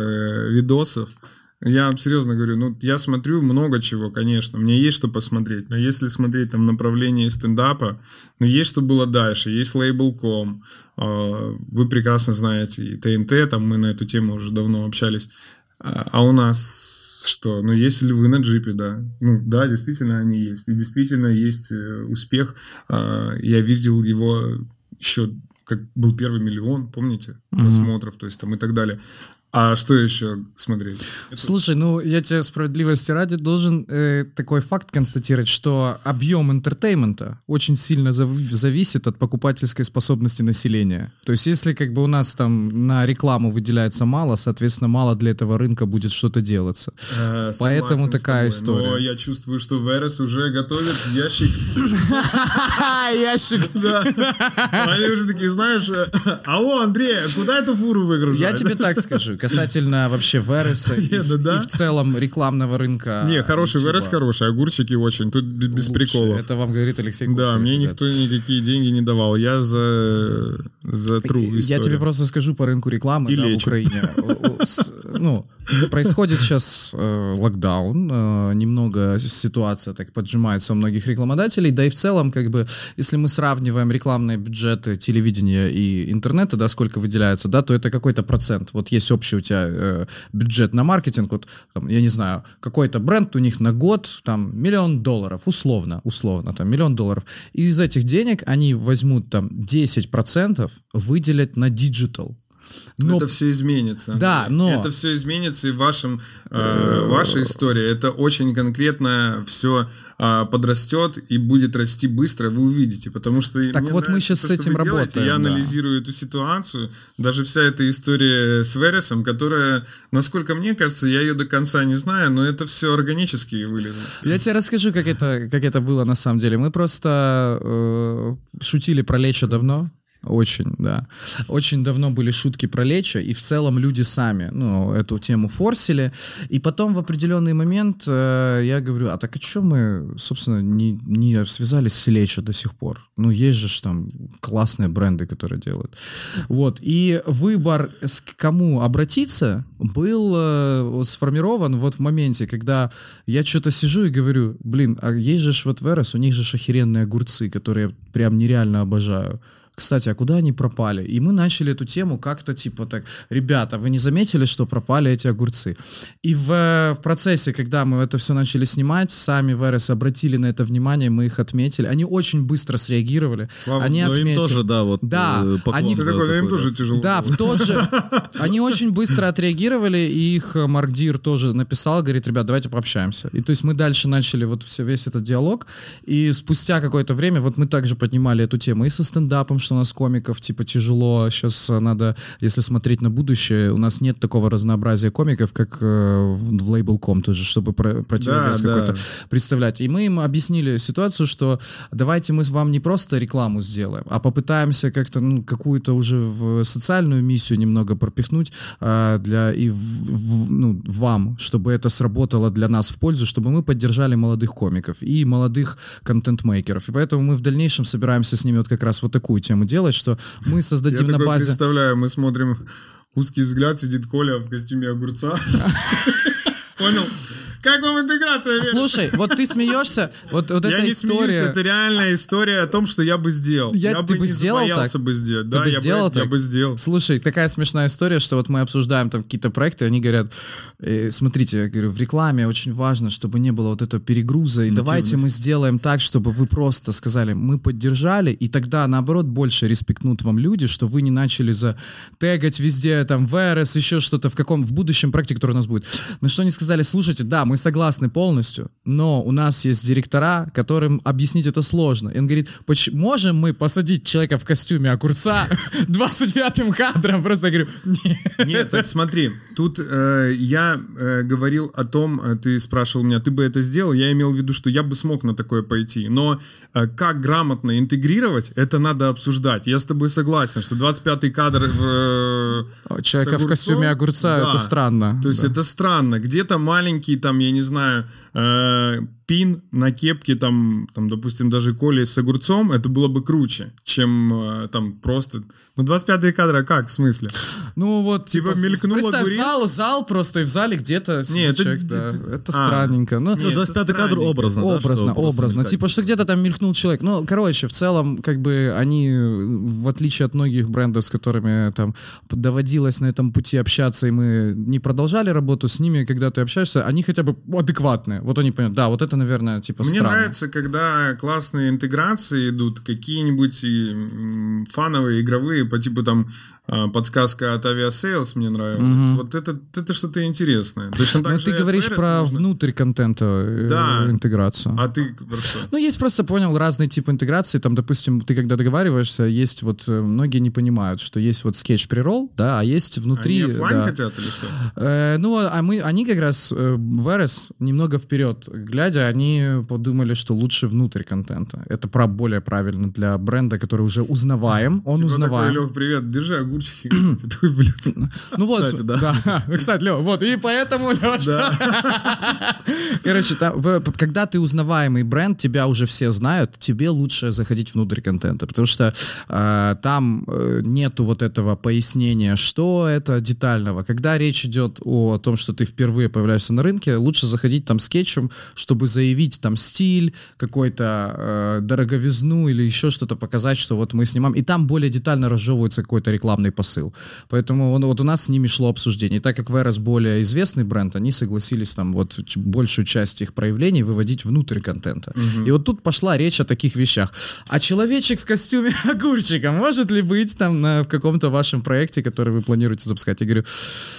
Speaker 2: э, видосов. Я вам серьезно говорю, ну, я смотрю много чего, конечно, мне есть что посмотреть, но если смотреть там направление стендапа, ну, есть что было дальше, есть лейбл точка ком, э, вы прекрасно знаете, и ТНТ, там мы на эту тему уже давно общались, а, а у нас что? Ну, есть львы на джипе, да. Ну, да, действительно они есть, и действительно есть э, успех, э, я видел его еще, как был первый миллион, помните,
Speaker 1: Мгм.
Speaker 2: просмотров, то есть там и так далее. А что еще смотреть? Это-
Speaker 1: Слушай, ну я тебе справедливости ради должен э, такой факт констатировать, что объем интертеймента очень сильно зав- зависит от покупательской способности населения. То есть если как бы у нас там на рекламу выделяется мало, соответственно, мало для этого рынка будет что-то делаться.
Speaker 2: Э,
Speaker 1: Поэтому
Speaker 2: согласен с
Speaker 1: такая
Speaker 2: тобой,
Speaker 1: история.
Speaker 2: Но я чувствую, что Верес уже готовит ящик.
Speaker 1: Ящик.
Speaker 2: Да. Они уже такие, знаешь, э, алло, Андрей, а куда эту фуру выгружать?
Speaker 1: Я тебе так скажу, касательно вообще Вереса и,
Speaker 2: Не,
Speaker 1: в-
Speaker 2: да, да.
Speaker 1: и в целом рекламного рынка.
Speaker 2: Не, хороший
Speaker 1: Ютуба.
Speaker 2: Верес хороший, огурчики очень, тут б- без
Speaker 1: Лучше.
Speaker 2: приколов.
Speaker 1: Это вам говорит Алексей
Speaker 2: Да,
Speaker 1: Кустов,
Speaker 2: мне
Speaker 1: ребят.
Speaker 2: никто никакие деньги не давал. Я за, за true
Speaker 1: Я
Speaker 2: историю.
Speaker 1: тебе просто скажу по рынку рекламы
Speaker 2: И
Speaker 1: да, в
Speaker 2: лечит.
Speaker 1: Украине. О, о, с- Ну, происходит сейчас э, локдаун, э, немного ситуация так поджимается у многих рекламодателей, да и в целом, как бы, если мы сравниваем рекламные бюджеты телевидения и интернета, да, сколько выделяется, да, то это какой-то процент. Вот есть общий у тебя э, бюджет на маркетинг, вот, там, я не знаю, какой-то бренд у них на год, там, миллион долларов, условно, условно, там, миллион долларов. И из этих денег они возьмут, там, десять процентов выделят на диджитал. Но...
Speaker 2: Это все изменится.
Speaker 1: Да, но...
Speaker 2: Это все изменится, и в вашем, э, вашей истории это очень конкретно все э, подрастет и будет расти быстро, вы увидите. Потому что
Speaker 1: так вот мы сейчас
Speaker 2: то,
Speaker 1: с этим
Speaker 2: вы делаете,
Speaker 1: работаем.
Speaker 2: Я
Speaker 1: да.
Speaker 2: анализирую эту ситуацию. Даже вся эта история с Вересом, которая, насколько мне кажется, я ее до конца не знаю, но это все органические вылезы.
Speaker 1: Я тебе расскажу, как это, как это было на самом деле. Мы просто э, шутили про Лечо давно. Очень, да. Очень давно были шутки про Лечо, и в целом люди сами, ну, эту тему форсили. И потом в определенный момент э, я говорю, а так а что мы, собственно, не, не связались с Лечо до сих пор? Ну, есть же ж там классные бренды, которые делают. Вот. И выбор, к кому обратиться, был э, сформирован вот в моменте, когда я что-то сижу и говорю, блин, а есть же ж вот Верес, у них же ж охеренные огурцы, которые я прям нереально обожаю. Кстати, а куда они пропали? И мы начали эту тему как-то типа так, ребята, вы не заметили, что пропали эти огурцы? И в, в процессе, когда мы это все начали снимать, сами Верес обратили на это внимание, мы их отметили. Они очень быстро среагировали.
Speaker 2: Слава,
Speaker 1: они
Speaker 3: но
Speaker 1: отметили.
Speaker 3: им тоже, да, вот
Speaker 1: да,
Speaker 3: э,
Speaker 1: они...
Speaker 2: Ты такой, да, им тоже тяжело.
Speaker 1: Да, в тот же... Они очень быстро отреагировали, и их Маркдир тоже написал, говорит, ребят, давайте пообщаемся. И то есть мы дальше начали вот все, весь этот диалог, и спустя какое-то время вот мы также поднимали эту тему и со стендапом, что у нас комиков, типа, тяжело. Сейчас надо, если смотреть на будущее, у нас нет такого разнообразия комиков, как э, в, в Label.com тоже, чтобы про, противовес
Speaker 2: да,
Speaker 1: какой-то
Speaker 2: да.
Speaker 1: представлять. И мы им объяснили ситуацию, что давайте мы вам не просто рекламу сделаем, а попытаемся как-то, ну, какую-то уже в социальную миссию немного пропихнуть э, для и в, в, ну, вам, чтобы это сработало для нас в пользу, чтобы мы поддержали молодых комиков и молодых контент-мейкеров. И поэтому мы в дальнейшем собираемся с ними вот как раз вот такую тему делать, что мы создадим
Speaker 2: Я
Speaker 1: на
Speaker 2: такой
Speaker 1: базе...
Speaker 2: представляю, мы смотрим «Узкий взгляд», сидит Коля в костюме огурца. Понял? Как вам интеграция? Вера?
Speaker 1: Слушай, вот ты смеешься, вот, вот
Speaker 2: я
Speaker 1: эта
Speaker 2: не
Speaker 1: история...
Speaker 2: смеюсь, это реальная история о том, что я бы сделал.
Speaker 1: Я,
Speaker 2: Я
Speaker 1: ты
Speaker 2: бы
Speaker 1: бы
Speaker 2: не
Speaker 1: сделал
Speaker 2: боялся
Speaker 1: так?
Speaker 2: бы сделать.
Speaker 1: Ты
Speaker 2: Да,
Speaker 1: бы
Speaker 2: я,
Speaker 1: сделал
Speaker 2: бы,
Speaker 1: так?
Speaker 2: я бы сделал.
Speaker 1: Слушай, такая смешная история, что вот мы обсуждаем там какие-то проекты, они говорят, э, смотрите, я говорю, в рекламе очень важно, чтобы не было вот этого перегруза, и давайте мы сделаем так, чтобы вы просто сказали, мы поддержали, и тогда, наоборот, больше респектнут вам люди, что вы не начали затегать везде, там, Верес, еще что-то в каком, в будущем проекте, который у нас будет. На что они сказали, слушайте, да, мы согласны полностью, но у нас есть директора, которым объяснить это сложно. И он говорит, можем мы посадить человека в костюме огурца двадцать пятым кадром? Просто я говорю, нет.
Speaker 2: Нет, так смотри, тут э, я э, говорил о том, э, ты спрашивал меня, ты бы это сделал, я имел в виду, что я бы смог на такое пойти, но э, как грамотно интегрировать, это надо обсуждать. Я с тобой согласен, что двадцать пятый кадр э,
Speaker 1: человека в костюме огурца,
Speaker 2: да,
Speaker 1: это странно.
Speaker 2: То есть
Speaker 1: да.
Speaker 2: это странно. Где-то маленький, там, я не знаю, э, пин на кепке, там, там, допустим, даже Коли с огурцом, это было бы круче, чем э, там просто... Ну, двадцать пятый кадр, а как, в смысле?
Speaker 1: Ну вот,
Speaker 2: Типа,
Speaker 1: типа,
Speaker 2: мелькнул
Speaker 1: представь,
Speaker 2: огурец?
Speaker 1: зал, зал просто, и в зале где-то сидит
Speaker 2: это-
Speaker 1: человек, да.
Speaker 2: это-
Speaker 1: Это
Speaker 2: а.
Speaker 1: странненько. Ну,
Speaker 2: Нет,
Speaker 3: Ну, двадцать пятый кадр
Speaker 2: странненько.
Speaker 3: образно, да,
Speaker 1: образно,
Speaker 3: что просто
Speaker 1: образно.
Speaker 3: мелькать.
Speaker 1: Типа, что где-то там мелькнул человек. Ну, короче, в целом, как бы они, в отличие от многих брендов, с которыми там доводилось на этом пути общаться, и мы не продолжали работу с ними, когда ты общаешься, они хотя бы адекватные. Вот они понимают, да, вот это, наверное, типа
Speaker 2: Мне
Speaker 1: странно.
Speaker 2: нравится, когда классные интеграции идут, какие-нибудь м, фановые, игровые, по типу там а, подсказка от Aviasales мне нравилась.
Speaker 1: Мгм.
Speaker 2: Вот это, это что-то интересное. Точно так
Speaker 1: Ну,
Speaker 2: же
Speaker 1: ты
Speaker 2: и от
Speaker 1: говоришь
Speaker 2: Verus
Speaker 1: про
Speaker 2: можно.
Speaker 1: внутрь контента э,
Speaker 2: Да.
Speaker 1: интеграцию.
Speaker 2: А ты просто...
Speaker 1: Ну, есть просто, понял, разные типы интеграции. Там, допустим, ты когда договариваешься, есть вот, э, многие не понимают, что есть вот скетч-прирол, да, а есть внутри...
Speaker 2: Они оффлайн
Speaker 1: да.
Speaker 2: хотят или что?
Speaker 1: Э, ну, а мы, они как раз, э, Верес, немного вперед глядя, они подумали, что лучше внутрь контента. Это про более правильно для бренда, который уже узнаваем, он
Speaker 2: Типа
Speaker 1: узнаваем.
Speaker 2: такой, Лёх, привет, держи огурчики. Такой блюдце.
Speaker 1: Ну вот,
Speaker 3: Кстати, да.
Speaker 1: да. Кстати, Лёв, вот, и поэтому, Лёш, короче, там, в- когда ты узнаваемый бренд, тебя уже все знают, тебе лучше заходить внутрь контента, потому что э, там э, нету вот этого пояснения, что это детального. Когда речь идет о том, что ты впервые появляешься на рынке, лучше заходить там скетчем, чтобы заявить там стиль, какой-то э, дороговизну или еще что-то, показать, что вот мы снимаем. И там более детально разжевывается какой-то рекламный рекламный посыл. Поэтому он, вот у нас с ними шло обсуждение. И так как Верес более известный бренд, они согласились там вот большую часть их проявлений выводить внутрь контента. Угу. И вот тут пошла речь о таких вещах. А человечек в костюме огурчика может ли быть там на, в каком-то вашем проекте, который вы планируете запускать? Я говорю,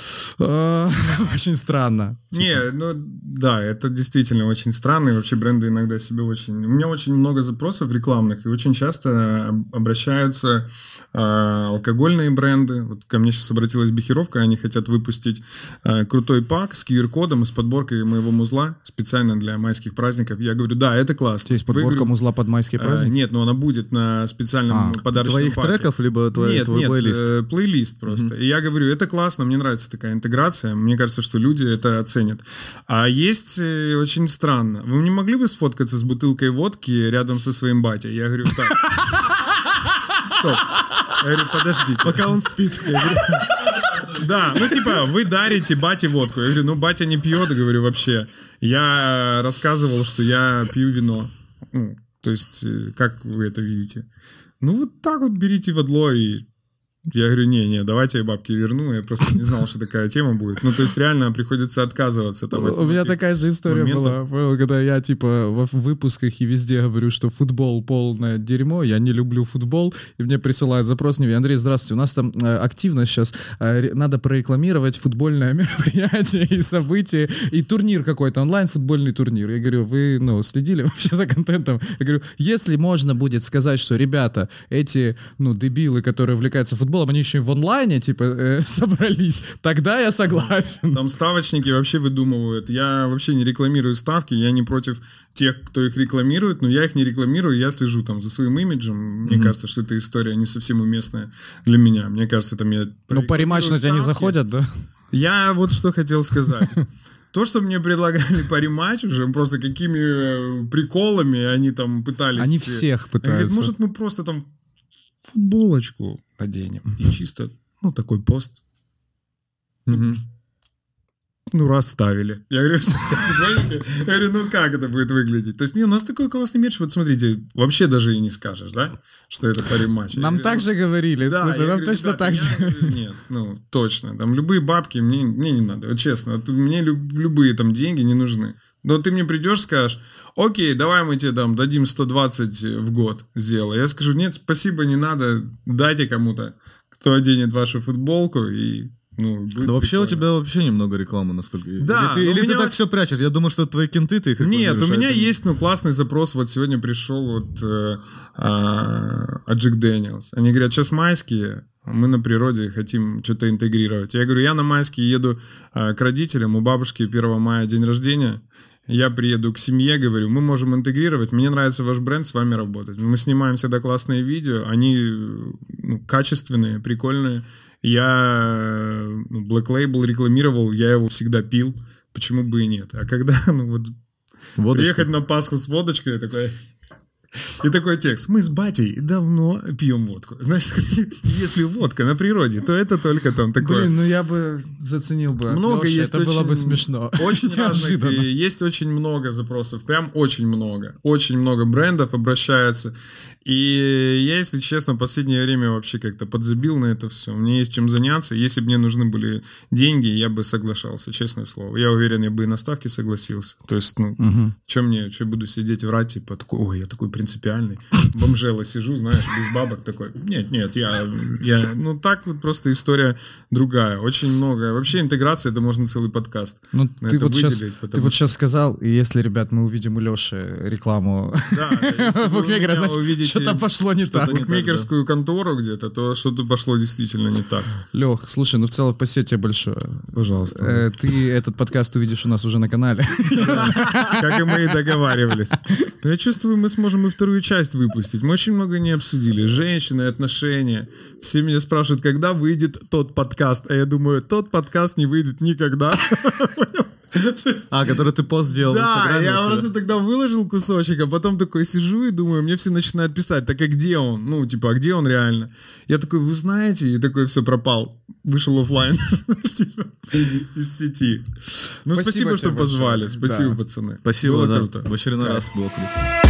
Speaker 1: очень странно.
Speaker 2: Не, ну да, это действительно очень странно, и вообще бренды иногда себе очень... У меня очень много запросов рекламных, и очень часто обращаются э, алкогольные бренды. Вот ко мне сейчас обратилась Бехеровка, они хотят выпустить э, крутой пак с ку ар-кодом и с подборкой моего музла специально для майских праздников. Я говорю, да, это классно.
Speaker 1: Есть подборка
Speaker 2: Вы,
Speaker 1: музла под майские праздники?
Speaker 2: Э, нет, но она будет на специальном
Speaker 1: а,
Speaker 2: подарочном
Speaker 3: твоих
Speaker 2: паке.
Speaker 3: треков, либо твой,
Speaker 2: нет,
Speaker 3: твой
Speaker 2: нет,
Speaker 3: плейлист?
Speaker 2: Э, плейлист просто. Mm-hmm. И я говорю, это классно, мне нравится такая интеграция, мне кажется, что люди это оценят. А есть э, очень странно. Вы не могли бы сфоткаться с бутылкой водки рядом со своим батей? Я говорю, так. Стоп. Я говорю, подождите.
Speaker 3: Пока он спит.
Speaker 2: Да, ну типа, вы дарите бате водку. Я говорю, ну батя не пьет, говорю, вообще. Я рассказывал, что я пью вино. Ну, то есть, как вы это видите? Ну вот так вот берите водло и... Я говорю, не-не, давайте я бабки верну, я просто не знал, что такая тема будет. Ну, то есть, реально приходится отказываться. Там,
Speaker 1: У меня такая же история моментов. была, когда я, типа, в выпусках и везде говорю, что футбол полное дерьмо, я не люблю футбол, и мне присылают запрос, не Андрей, здравствуйте, у нас там э, активно сейчас э, надо прорекламировать футбольное мероприятие и событие, и турнир какой-то, онлайн-футбольный турнир. Я говорю, вы, ну, следили вообще за контентом? Я говорю, если можно будет сказать, что, ребята, эти, ну, дебилы, которые увлекаются футболом, они еще и в онлайне, типа, э, собрались, тогда я согласен.
Speaker 2: Там ставочники вообще выдумывают. Я вообще не рекламирую ставки, я не против тех, кто их рекламирует, но я их не рекламирую, я слежу там за своим имиджем. Мне mm-hmm. кажется, что эта история не совсем уместная для меня. Мне кажется, там я...
Speaker 1: Ну, по рематч на тебя не заходят, да?
Speaker 2: Я вот что хотел сказать. То, что мне предлагали по рематчу, уже просто какими приколами они там пытались...
Speaker 1: Они всех пытаются.
Speaker 2: Говорят, может, мы просто там футболочку оденем. И чисто, ну, такой пост.
Speaker 1: Mm-hmm.
Speaker 2: Ну, расставили. Я говорю, что, понимаете? Я говорю, ну, как это будет выглядеть? То есть, не, у нас такой классный мерч, вот смотрите, вообще даже и не скажешь, да, что это по рематчу.
Speaker 1: Нам так же говорили,
Speaker 2: да,
Speaker 1: слушай, нам
Speaker 2: говорю,
Speaker 1: точно
Speaker 2: да,
Speaker 1: так
Speaker 2: я,
Speaker 1: же.
Speaker 2: Нет, ну, точно. Там любые бабки мне, мне не надо, вот честно. Вот мне люб, любые там деньги не нужны. Но ты мне придешь, скажешь, окей, давай мы тебе там дадим сто двадцать в год сделай. Я скажу, нет, спасибо, не надо, дайте кому-то, кто оденет вашу футболку и... Ну,
Speaker 3: да вообще у тебя вообще немного рекламы, насколько...
Speaker 2: Да,
Speaker 3: или ты, или ты так
Speaker 2: вот...
Speaker 3: все прячешь? Я думаю, что твои кенты, ты их
Speaker 2: Нет, у меня
Speaker 3: это...
Speaker 2: есть, ну, классный запрос. Вот сегодня пришел вот э, а, от Джек Дэниелс. Они говорят, сейчас майские, мы на природе хотим что-то интегрировать. Я говорю, я на майские еду э, к родителям, у бабушки первого мая день рождения. Я приеду к семье, говорю, мы можем интегрировать, мне нравится ваш бренд, с вами работать. Мы снимаем всегда классные видео, они ну, качественные, прикольные. Я ну, Black Label рекламировал, я его всегда пил, почему бы и нет. А когда, ну вот, водочка. Приехать на Пасху с водочкой, я такой... И такой текст. Мы с батей давно пьем водку. Знаешь, если водка на природе, то это только там такое...
Speaker 1: Блин, ну я бы заценил бы.
Speaker 2: Много
Speaker 1: Леша,
Speaker 2: есть
Speaker 1: это
Speaker 2: очень,
Speaker 1: было бы смешно.
Speaker 2: Очень разных. Есть очень много запросов. Прям очень много. Очень много брендов обращаются. И я, если честно, в последнее время вообще как-то подзабил на это все. Мне есть чем заняться. Если бы мне нужны были деньги, я бы соглашался, честное слово. Я уверен, я бы и на ставки согласился. То есть, ну, угу. что мне, что буду сидеть врать, типа, такой, ой, я такой принципиальный. Бомжела сижу, знаешь, без бабок такой. Нет, нет, я, я... Ну, так вот просто история другая. Очень много. Вообще интеграция, это можно целый подкаст.
Speaker 1: Ну, ты вот, сейчас, ты вот сейчас сказал, и если, ребят, мы увидим у Леши рекламу букмекера, значит, что-то пошло не так.
Speaker 2: Букмекерскую контору где-то, то что-то пошло действительно не так.
Speaker 1: Лех, слушай, ну в целом спасибо тебе большое.
Speaker 2: Пожалуйста.
Speaker 1: Э, ты этот подкаст увидишь у нас уже на канале.
Speaker 2: Как и мы и договаривались. Я чувствую, мы сможем и вторую часть выпустить. Мы очень много не обсудили. Женщины, отношения. Все меня спрашивают, когда выйдет тот подкаст. А я думаю, тот подкаст не выйдет никогда.
Speaker 3: А, который ты пост сделал в Инстаграме.
Speaker 2: Да, я просто тогда выложил кусочек, а потом такой сижу и думаю, мне все начинают писать, так а где он? Ну, типа, а где он реально? Я такой, вы знаете, и такой, все, пропал. Вышел офлайн из сети. Ну, спасибо, что позвали. Спасибо, пацаны.
Speaker 3: Спасибо, да. В очередной раз было круто.